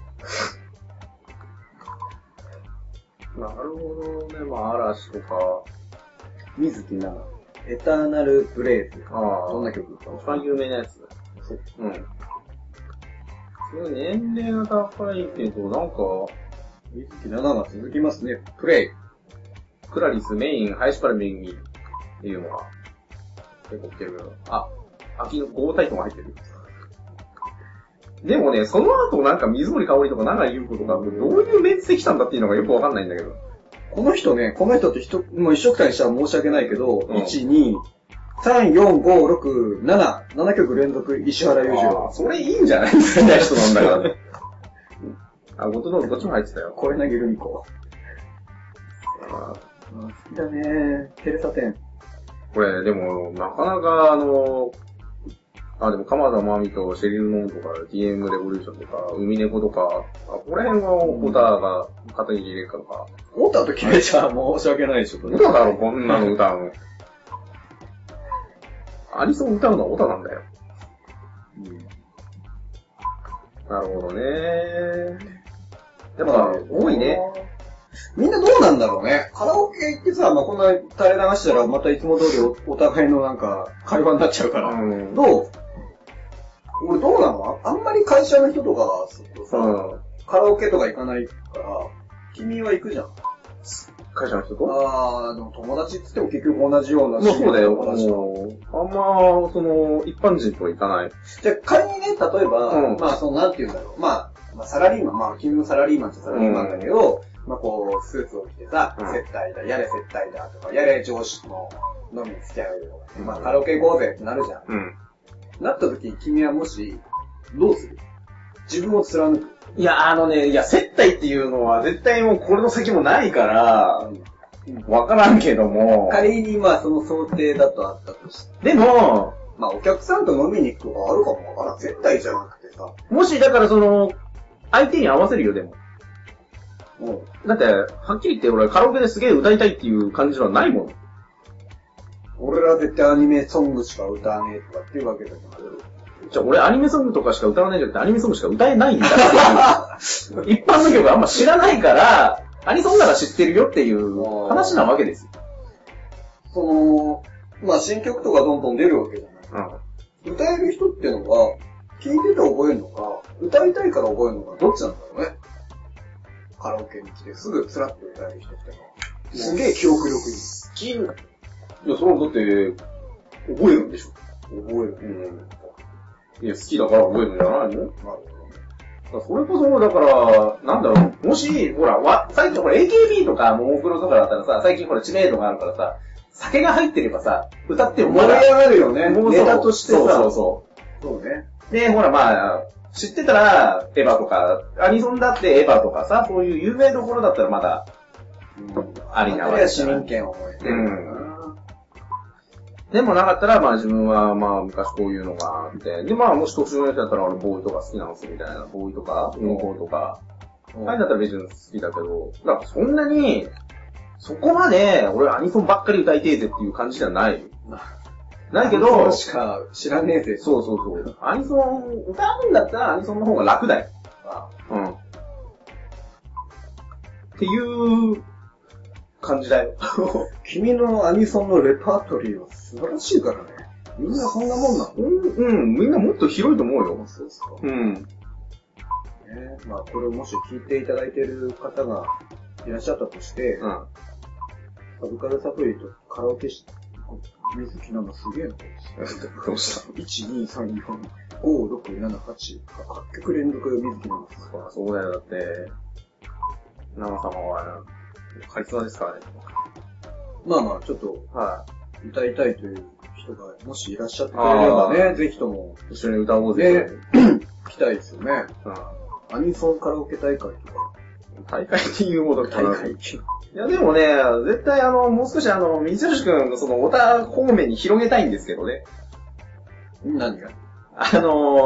なるほどね、嵐とか。 水木奈々。エターナルブレイズ。どんな曲一番有名なやつ。うん。すごい年齢が高いけど、なんか、 水木奈々が続きますね。プレイ。 クラリス、メイン、ハイシパルメインっていうのが結構来てるけど。秋のゴータイトが入ってる。でもね、その後なんか水森かおりとか長井優子とか、どういうメンツで来たんだっていうのがよくわかんないんだけど。 この人ってもう一緒くたにしたら申し訳ないけど、1、2、3、4、5、6、7曲連続石原裕次郎。 それいいんじゃない好きな人なんだから。ゴッドノーズどっちも入ってたよ。 小柳ルミ子。好きだねテレサテン。これ、でも、なかなかでも、鎌田真美とシェリル・ノンとか、TM レボリューションとか、海猫とか、ここら辺は、オタが肩に入れるかとか。 オタと決めちゃ申し訳ないでしょ。 オタだろ、こんなの歌うの。アニソン歌うのはオタなんだよ。なるほどね。やっぱ、多いね。 みんなどうなんだろうね。カラオケ行ってさ、こんな垂れ流したらまたいつも通り お互いのなんか会話になっちゃうから。どう俺どうなのあんまり会社の人とかするとさ、カラオケとか行かないから、君は行くじゃん。 会社の人と？ でも友達って言っても結局同じような。 そうだよ。あんま、一般人とは行かない。 じゃあ仮にね、例えば、なんて言うんだろう。サラリーマン、君もサラリーマンってサラリーマンだけど、スーツを着てさ、接待だ、やれ接待だとか、やれ上司の飲みに付き合うとか、カラオケ行こうぜってなるじゃん。なった時、君はもし、どうする？自分を貫く。 いや、接待っていうのは絶対もうこれの先もないから、わからんけども。 仮にその想定だとあったとして。 でも、 お客さんと飲みに行くとかあるかもわからん。接待じゃなくてさ。 もし、だから相手に合わせるよ、でも。だって、はっきり言って俺カラオケですげえ歌いたいっていう感じはないもん。 俺ら絶対アニメソングしか歌わねえとかっていうわけだけど。 じゃあ俺アニメソングとかしか歌わないじゃなくてアニメソングしか歌えないんだっていう。一般の曲あんま知らないから、アニソンなら知ってるよっていう話なわけですよ。 まあ新曲とかどんどん出るわけじゃない。うん。歌える人っていうのは、聴いてて覚えるのか、歌いたいから覚えるのか、どっちなんだろうね。カラオケに来てすぐスラッと歌える人ってのは。すげえ記憶力いい。 好き。いや、それはだって、覚えるんでしょ。 覚える。 うん。いや、好きだから覚えるんじゃないの？なるほど。それこそ、だから、なんだろう、もし、ほら、最近ほら AKB とかももクロとかだったらさ、最近ほら知名度があるからさ、酒が入ってればさ、歌っても盛り上がるよね。ネタとしてさ。 そうね。で、ほらまあ、知ってたら、エヴァとか、アニソンだってエヴァとかさ、そういう有名どころだったらまだ、ありなわけ。 市民権を覚えてる。 でもなかったら、まあ自分は、まあ昔こういうのがあって、でまあもし特殊なやつだったら俺ボーイとか好きなんですみたいな、ボーイとか、運行とか、あれだったら別に好きだけど、だからそんなに、そこまで俺アニソンばっかり歌いてえぜっていう感じじゃない。ないけど、 アニソンしか知らねえぜ。 そう。アニソン、歌うんだったらアニソンの方が楽だよ。うん。っていう感じだよ。 君のアニソンのレパートリーは素晴らしいからね。みんなそんなもんなの？ みんなもっと広いと思うよ。 そうですか。まあこれをもし聞いていただいている方がいらっしゃったとして、サブカルサプリとカラオケして、水木なんかすげえな。 どうした ?1、2、3、4、5、6、7、8、8曲連続水木なんかすごい。そうだよ、だって、長様は、カリスマですからね。 まあまあ、ちょっと、歌いたいという人がもしいらっしゃってくれればね、ぜひとも。 一緒に歌おうぜ。 来たいですよね。アニソンカラオケ大会とか。 大会っていうほど大会。いやでもね、絶対もう少し水吉くんのそのオタ方面に広げたいんですけどね。 何が？ あん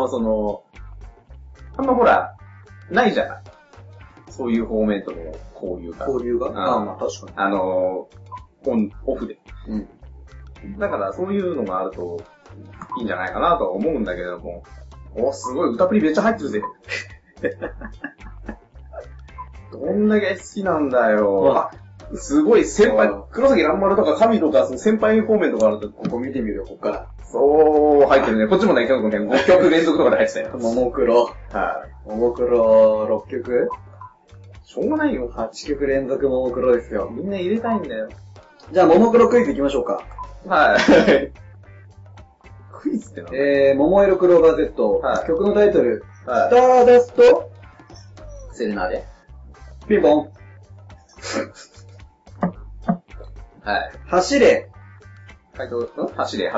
まほら、ないじゃない。そういう方面との交流が。 交流が？まあ確かに。 オフで。だからそういうのがあるといいんじゃないかなとは思うんだけれども。すごい歌プリめっちゃ入ってるぜ。どんだけ好きなんだよ。すごい先輩、黒崎蘭丸とか神とかその先輩方面とかあると、 ここ見てみるよ、こっから。 そう、入ってるね。こっちもね、結構ね、5曲連続とかで入ってたよ。 ももクロ。ももクロ6曲？ しょうがないよ。 8曲連続ももクロですよ。 みんな入れたいんだよ。 じゃあ、ももクロクイズ行きましょうか。 はい。クイズって何？桃色クローバー Z。曲のタイトル。スターダストセレナーデ。 ピンポン。走れ。 走れ。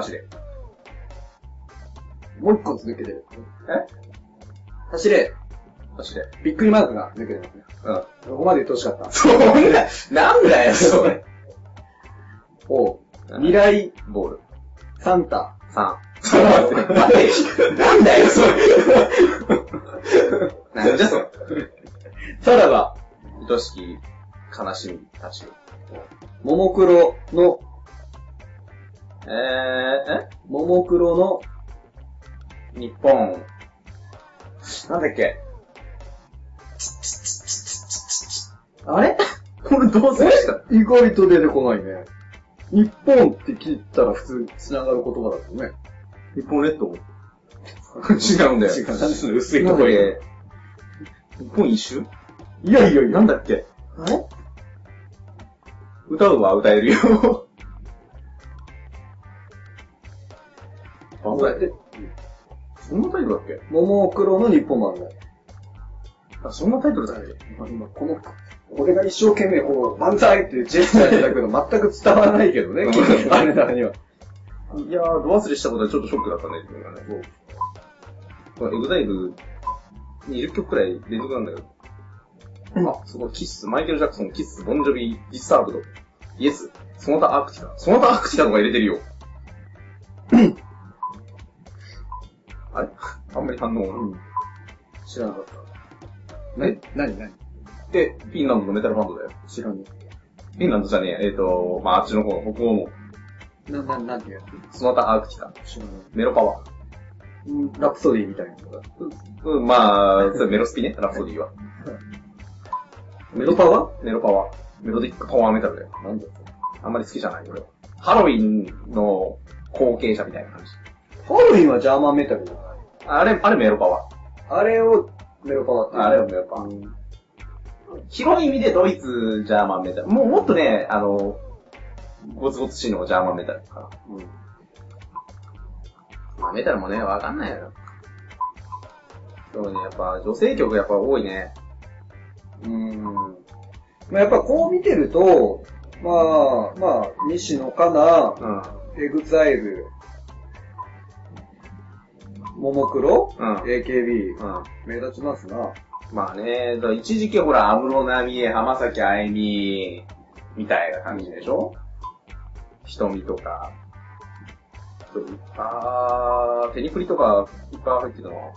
もう一個続けてる。走れ。びっくりマークが抜けてますね。ここまで言ってほしかった。 なんだよ、それ。 未来。 ボール。 サンタ。 待て。なんだよ、それ。なんじゃそれ。 さらば。 愛しき悲しみたち。 ももクロの、 ももクロの、日本。なんだっけ。あれこれどうするした意外と出てこないね。日本って聞いたら普通繋がる言葉だとね。 日本列島違うんだよ。 違う。なんでその薄いところで。日本一周？ いや、 なんだっけ？歌うは歌えるよ。そんなタイトルだっけ？ ももクロの日本版だよ。 そんなタイトルだっけ？ 今これが一生懸命万歳っていうジェスチャーだけど全く伝わらないけどね、あれ中には。 いやー、ド忘れしたことはちょっとショックだったね、自分がね。エグザイル20曲くらい連続なんだけど。すごい、キッス、マイケル・ジャクソン、キッス、ボンジョビ、ディスターブド、イエス、その他アークティカ。その他アークティカとか入れてるよ。あれあんまり反応知らなかった。何で、フィンランドのメタルバンドだよ。 知らんね。 フィンランドじゃねえ。あっちの方、北欧の。 なんてやつ？ その他アークティカ。 知らない。 メロパワー。ラプソディみたいなのが。 それメロスピね、ラプソディは。 メロパワー？ メロパワー。メロディックパワーメタルだよ。 なんだあんまり好きじゃない、俺は。 ハロウィンの後継者みたいな感じ。 ハロウィンはジャーマンメタルじゃない？ あれメロパワ。 あれをメロパワって言う。 あれをメロパワ。広い意味でドイツ、ジャーマンメタル。もっとね、ゴツゴツしいのがジャーマンメタルかな。まあメタルもね、わかんないよ。でもね、やっぱ女性曲やっぱ多いね。 まあ、やっぱこう見てると、まあ、西野カナ、エグザイル、ももクロ、AKB、目立ちますな。 まあね、一時期ほら、安室奈美恵、浜崎あゆみ、みたいな感じでしょ？瞳とか。テニプリとかいっぱい入ってるの。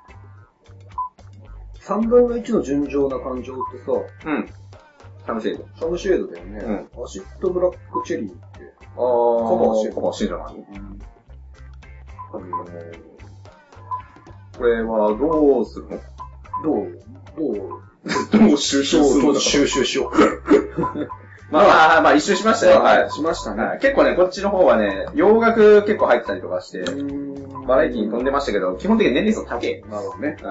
3分の1の純情な感情ってさ、 シャムシェード。 シャムシェードだよね。アシッドブラックチェリーって。 カバーしてんじゃない？これはどうするの？ どう収集しよう。 まあ、一周しましたよ。 はい。しましたね。 結構ね、こっちの方はね、洋楽結構入ってたりとかして、バラエティに飛んでましたけど、基本的に年齢層高い。 なるほどね。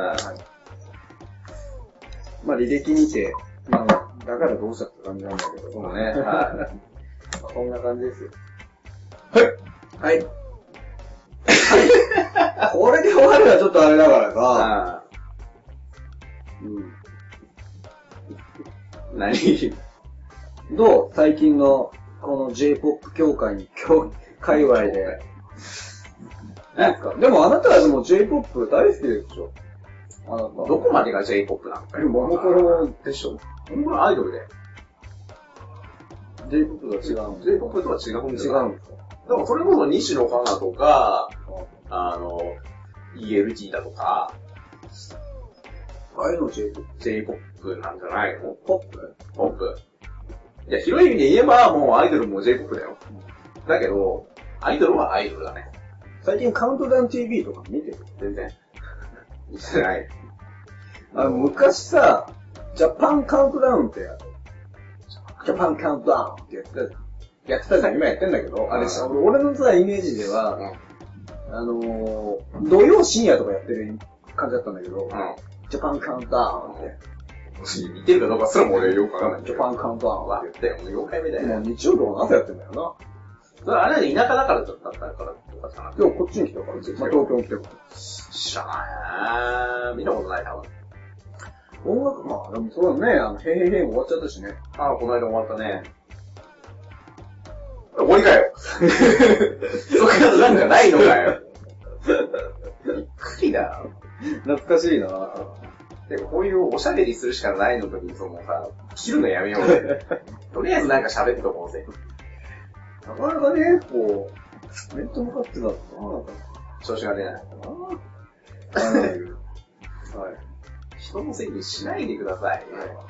まあ、履歴見て、だからどうしたって感じなんだけど。 そうね。 こんな感じですよ。 はい。 これで終わるのはちょっとあれだからさ。 何？ どう？最近のこの J-POP 協会に界隈で。でもあなたはでも J-POP 大好きでしょ？あなた。 どこまでが J-POP なのかよ。 ももクロでしょ？ ももクロアイドルで。 J-POP とは違う。 J-POP とは違うんですか？ 違うんですか？ でもそれこそ西野カナとか、ELT だとか、 ああいうの J-POP なんじゃないの？ ポップ。 いや、広い意味で言えばもうアイドルも J-POP だよ。だけど、アイドルはアイドルだね。 最近カウントダウン TV とか見てる？ 全然。見てない。 昔さ、ジャパンカウントダウンってジャパンカウントダウンってやってたじゃん。今やってんだけど、あれさ、俺のさ、イメージでは、土曜深夜とかやってる感じだったんだけど、ジャパンカウントダウンって。 見てるかどうかすらも俺よくわかんない。 ジャパンカウントダウンは言ったよ。もう4回目だよ。 もう日曜とか朝やってんだよな。 それあれね、田舎だからだったからとかじゃなくて。 でもこっちに来たから、東京に来てるから。 知らない見たことない、多分。 音楽、まあ、でもそうだね、へいへいへいも終わっちゃったしね。 この間終わったね。終わりかよ。そっからなんかないのかよ。びっくりだ。 懐かしいな。 でもこういうおしゃべりするしかないの時にそのさ、切るのやめようぜ。とりあえずなんか喋ってとこうぜ。 なかなかね、こう、面と向かってたのかな。 調子が出ない。 はい。 人のせいにしないでください。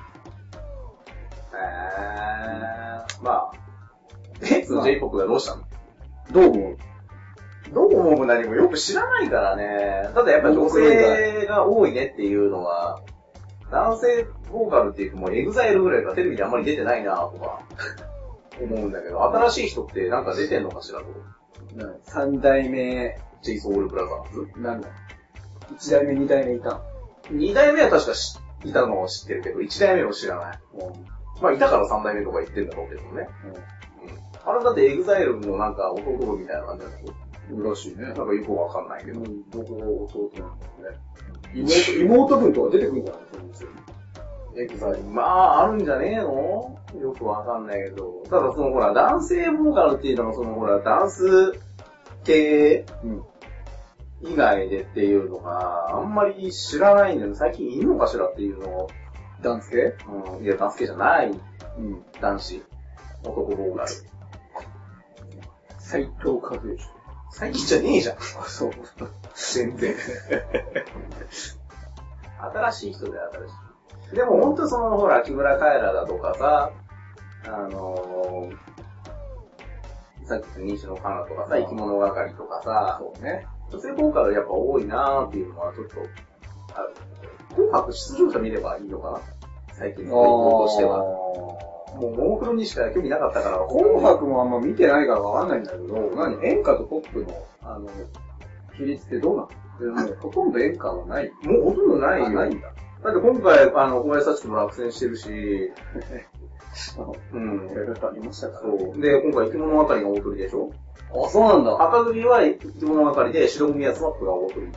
まあ、J-POP がどうしたの？ どう思う？ どう思う何もよく知らないからね。ただやっぱ女性が多いねっていうのは、男性ボーカルっていうともうEXILEぐらいかテレビであんまり出てないなとか思うんだけど、新しい人ってなんか出てんのかしらと。 3代目 JSOULBROTHERS。 なんだ ?1 代目、2代目いたの ？2代目は確かいたのを知ってるけど、1代目を知らない。まあいたから3代目とか言ってんだろうけどね。あれだって EXILE のなんか弟分みたいな感じなんだけど。 らしいね。 なんかよくわかんないけど。 僕の弟なんだね。妹分とか出てくるんじゃないですか？ EXILE。まあ、あるんじゃねえの？よくわかんないけど。ただそのほら、男性ボーカルっていうのはそのほら、ダンス系以外でっていうのがあんまり知らないんだよ。最近いるのかしらっていうのを。 ダンス系？ いや、ダンス系じゃない。男子。男ボーカル。 斉藤和義。 最近じゃねえじゃん。 そう。 全然。新しい人で新しい。でもほんとそのほら、木村カエラだとかさ、さっきの西野カナとかさ、生き物係とかさ、 そうね。 女性ボーカルやっぱ多いなーっていうのはちょっとある。紅白出場者見ればいいのかな最近の傾向としては。 もう、ももクロにしか興味なかったから。 紅白もあんま見てないからわかんないんだけど、演歌とポップの、比率ってどうなの？もうほとんど演歌はない。 もうほとんどないよ。 ないんだ。 だって今回、小林幸子も落選してるし、 うん。いろいろとありましたから、 ね。そう。で、今回生き物係が大鳥でしょ？ あ、そうなんだ。 赤組は生き物係で、白組はスマップが大鳥。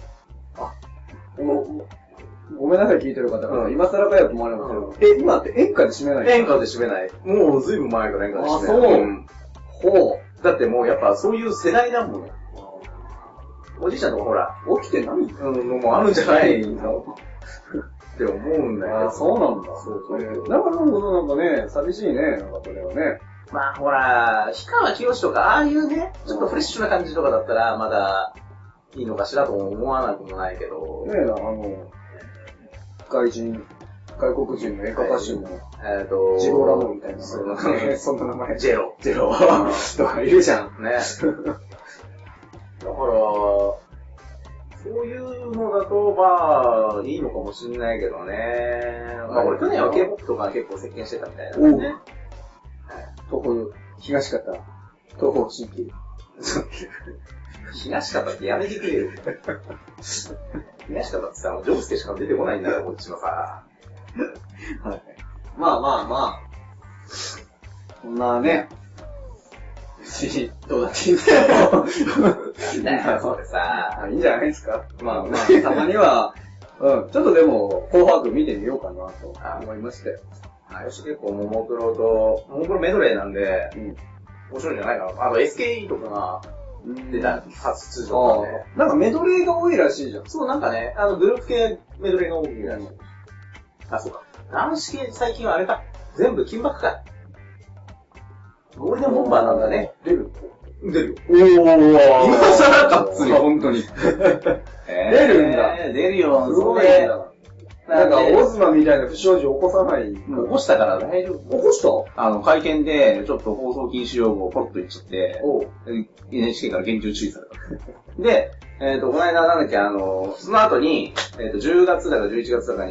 ごめんなさい、聞いてる方が。今更かよと思われますけど。今って演歌で締めない？ 演歌で締めない。もうずいぶん前から演歌で締めない。 あ、そう。ほう。だってもうやっぱそういう世代だもん。おじいちゃんとかほら、 起きてないもうあるんじゃないのって思うんだよ。 あ、そうなんだ。そう。なかなかね、寂しいね、なんかそれはね。 まあほら、氷川きよしとか、ああいうね、ちょっとフレッシュな感じとかだったら、まだいいのかしらと思わなくもないけど。 ね外国人の演歌歌手の、ジローラモみたいな。そんな名前。 ジェロ。 とかいるじゃん。 ね。だから、そういうのだと、まあ、いいのかもしんないけどね。まあ俺去年は K-POP とか結構席巻してたみたいなね。 東方、東方神起。 東方ってやめてくれる。東方ってさ、ジョブスケしか出てこないんだよ、こっちのさ。 はい。まあ。そんなね、どうだっていいんですけど。 いいんだよ、それさ。 いいんじゃないですか。まあ、たまには、ちょっとでも、紅白見てみようかなと思いまして。 私結構ももクロメドレーなんで、面白いんじゃないかな。あと SKE とかが出た初出場なんで。 なんかメドレーが多いらしいじゃん。 そう、なんかね、グループ系メドレーが多いらしい。あ、そうか。男子系最近はあれか。全部金箔か。ゴールデンボンバーなんだね。 出る。 おー。今更かっつり。 本当に。出るんだ。 出るよ、 すごいんだ。なんか、オズマみたいな不祥事起こさない。起こしたから大丈夫。 起こした？ 会見で、ちょっと放送禁止用語をポロッと言っちゃって、NHK から厳重注意された。で、この間なんだっけ、その後に、10月だか11月だかに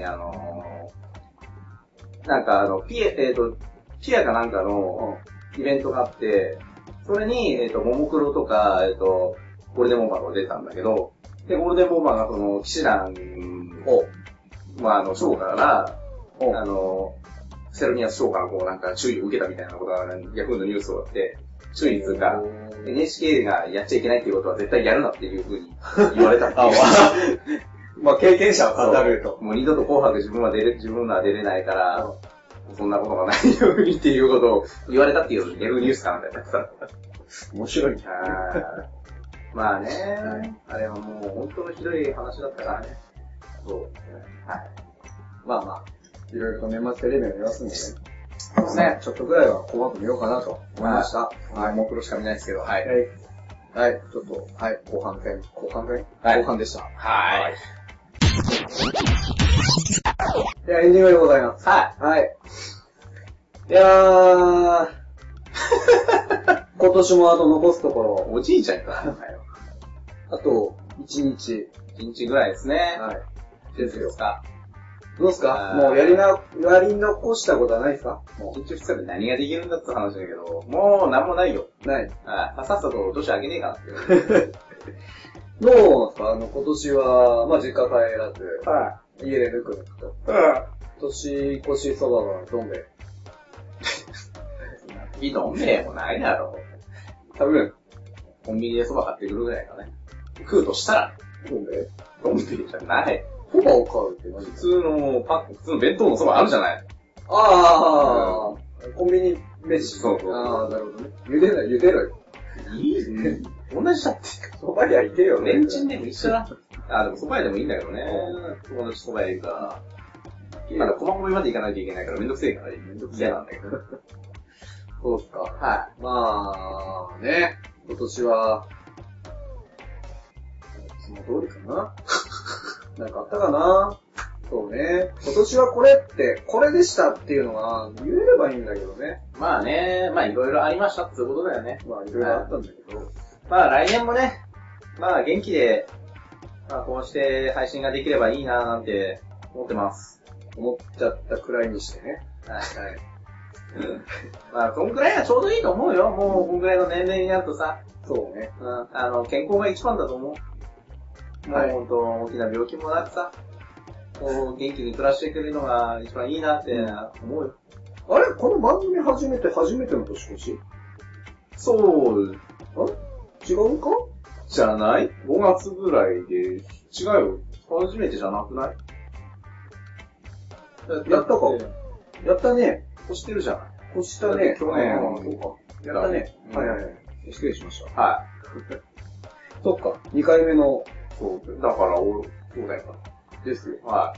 なんかピアかなんかのイベントがあって、それに、ももクロとか、ゴールデンボンバーが出たんだけど、で、ゴールデンボンバーがその、騎士団を、まあ、ショーから、セロニアスショーからこうなんか注意を受けたみたいなことが、ヤフーのニュースをあって、注意つうか、NHK がやっちゃいけないっていうことは絶対やるなっていう風に言われたっていう。 まあ、経験者は語ると。 もう二度と紅白自分は出れないから、そんなことがないようにっていうことを言われたっていうヤフーニュースかなんかやってた。 面白い。 まあね、あれはもう本当のひどい話だったからね。そう。はい。まあ、 いろいろと年末テレビを見ますんでね。 そうですね。 ちょっとぐらいは紅白見ようかなと思いました。 はい。もう黒しか見ないですけど、はい。 はい、ちょっと、はい、後半戦はい。 後半でした。 はい。 いや、エンディングでございます。 はい。 はい。いやー、今年もあと残すところ。 おじいちゃんか。 あと、1日。 1日ぐらいですね。 はい。ですよ。 どうすかもうやり残したことはないですかもう1日2日で何ができるんだって話だけど、もうなんもないよ。 ない。 さっさと年あげねえかなってどうなんですか今年は、まあ、実家帰らず、家でぬくぬくと。年越しそばはどん兵衛。 どん兵衛もないだろう。食べるコンビニでそば買ってくるぐらいかね。食うとしたら、 どん兵衛じゃない。 そばを買うって何？ 普通の弁当のそばあるじゃない。 コンビニ飯。 そう。 なるほどね。茹でろよ。 いいね。同じだって。 そば屋行けよ。 レンチンでも一緒だ。でもそば屋でもいいんだけどね。友達そば屋行くから。ただ、駒込まで行かないといけないからめんどくせえから、めんどくせえなんだけど。 そうっすか。 はい。 まあ、ね。今年は、その通りかな。なんかあったかな。そうね。今年はこれでしたっていうのが言えればいいんだけどね。 まあね、まあいろいろありましたってことだよね。 まあいろいろあったんだけど。 まあ来年もね、まあ元気で、まあこうして配信ができればいいなーなんて思ってます。 思っちゃったくらいにしてね。 はい。 まあ、そんくらいはちょうどいいと思うよ。もう、こんくらいの年齢になるとさ。 そうね。 健康が一番だと思う。もうほんと、大きな病気もなくさ、元気に暮らしていけるのが一番いいなって思うよ。 あれこの番組初めての年越し？ そう、 違うか？ じゃない ?5 月ぐらいで、違うよ。初めてじゃなくない？ やったか。やったね。 越してるじゃない。 越したね。 去年。 そうか。やったね。はいはいはい。失礼しました。 はい。 そっか。2回目の。 そう。だから、そうだよ。 ですよ。 はい。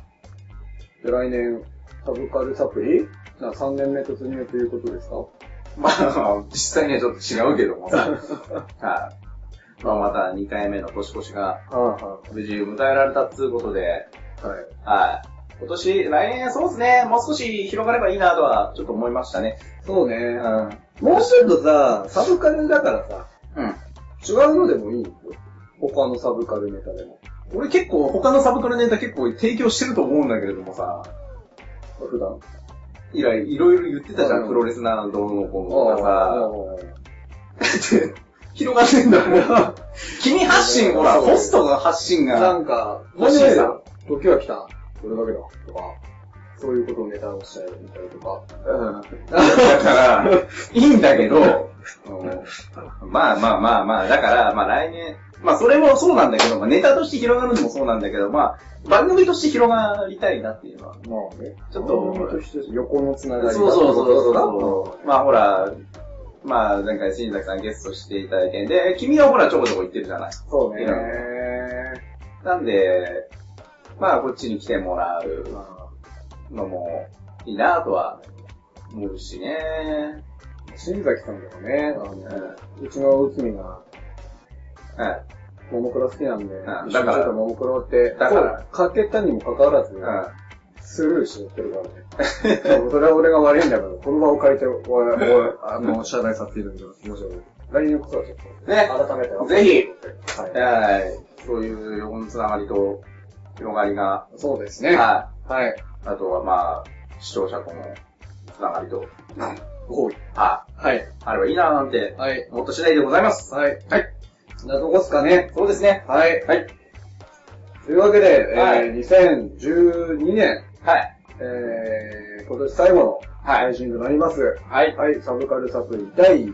で、来年、サブカルサプリ3年目突入ということですか？ まあ、実際にはちょっと違うけどもさ。はい。まあ、また2回目の年越しが、無事迎えられたっていうことで、はい。今年、来年そうですね、もう少し広がればいいなとは、ちょっと思いましたね。 そうね。もうちょっとさ、サブカルだからさ、違うのでもいいよ。他のサブカルネタでも。 俺結構、他のサブカルネタ結構提供してると思うんだけれどもさ、 普段いろいろ言ってたじゃん、プロレスなどうのこうのとかさ。広がってんだもん。君発信、ほら、ホストの発信が。 なんか、欲しいさ、時は来た。それだけだ。とか、そういうことをネタをしちゃえみたいとか。 だから、いいんだけど、まあ、だから、まあ来年、まあそれもそうなんだけど、まあネタとして広がるのもそうなんだけど、まあ、番組として広がりたいなっていうのは。 まあね。 ちょっと、 番組として横のつながり。 そう。まあほら、まあ前回新崎さんゲストしていただいて、で、君はほらちょこちょこ行ってるじゃない。 そうね。 なんで、まあこっちに来てもらうのもいいなとは思うしね。 新崎さんとかね、うちの内海が、ももクロ好きなんで、 だから、 ももクロって、だから、かけたにもかかわらず、スルーしにってるからね。それは俺が悪いんだけど、この場を借りて、謝罪させていただきます。申し訳ない。来年こそはちょっと、 ね、 改めて。 ぜひ、そういう横のつながりと広がりが、 そうですね。 はい。あとはまあ、視聴者とのつながりと、あればいいななんて、思った次第でございます。 はい。なとこっすかね。 そうですね。 はい。というわけで、2012年、今年最後の配信となります。サブカルサプリ第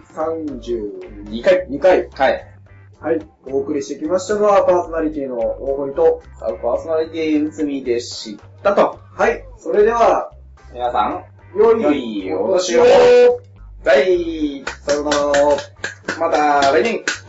32回。お送りしてきましたのは、パーソナリティの大堀と、 パーソナリティ内海でしたと。 それでは、 皆さん、 良いお年を。 さよなら。 また来年。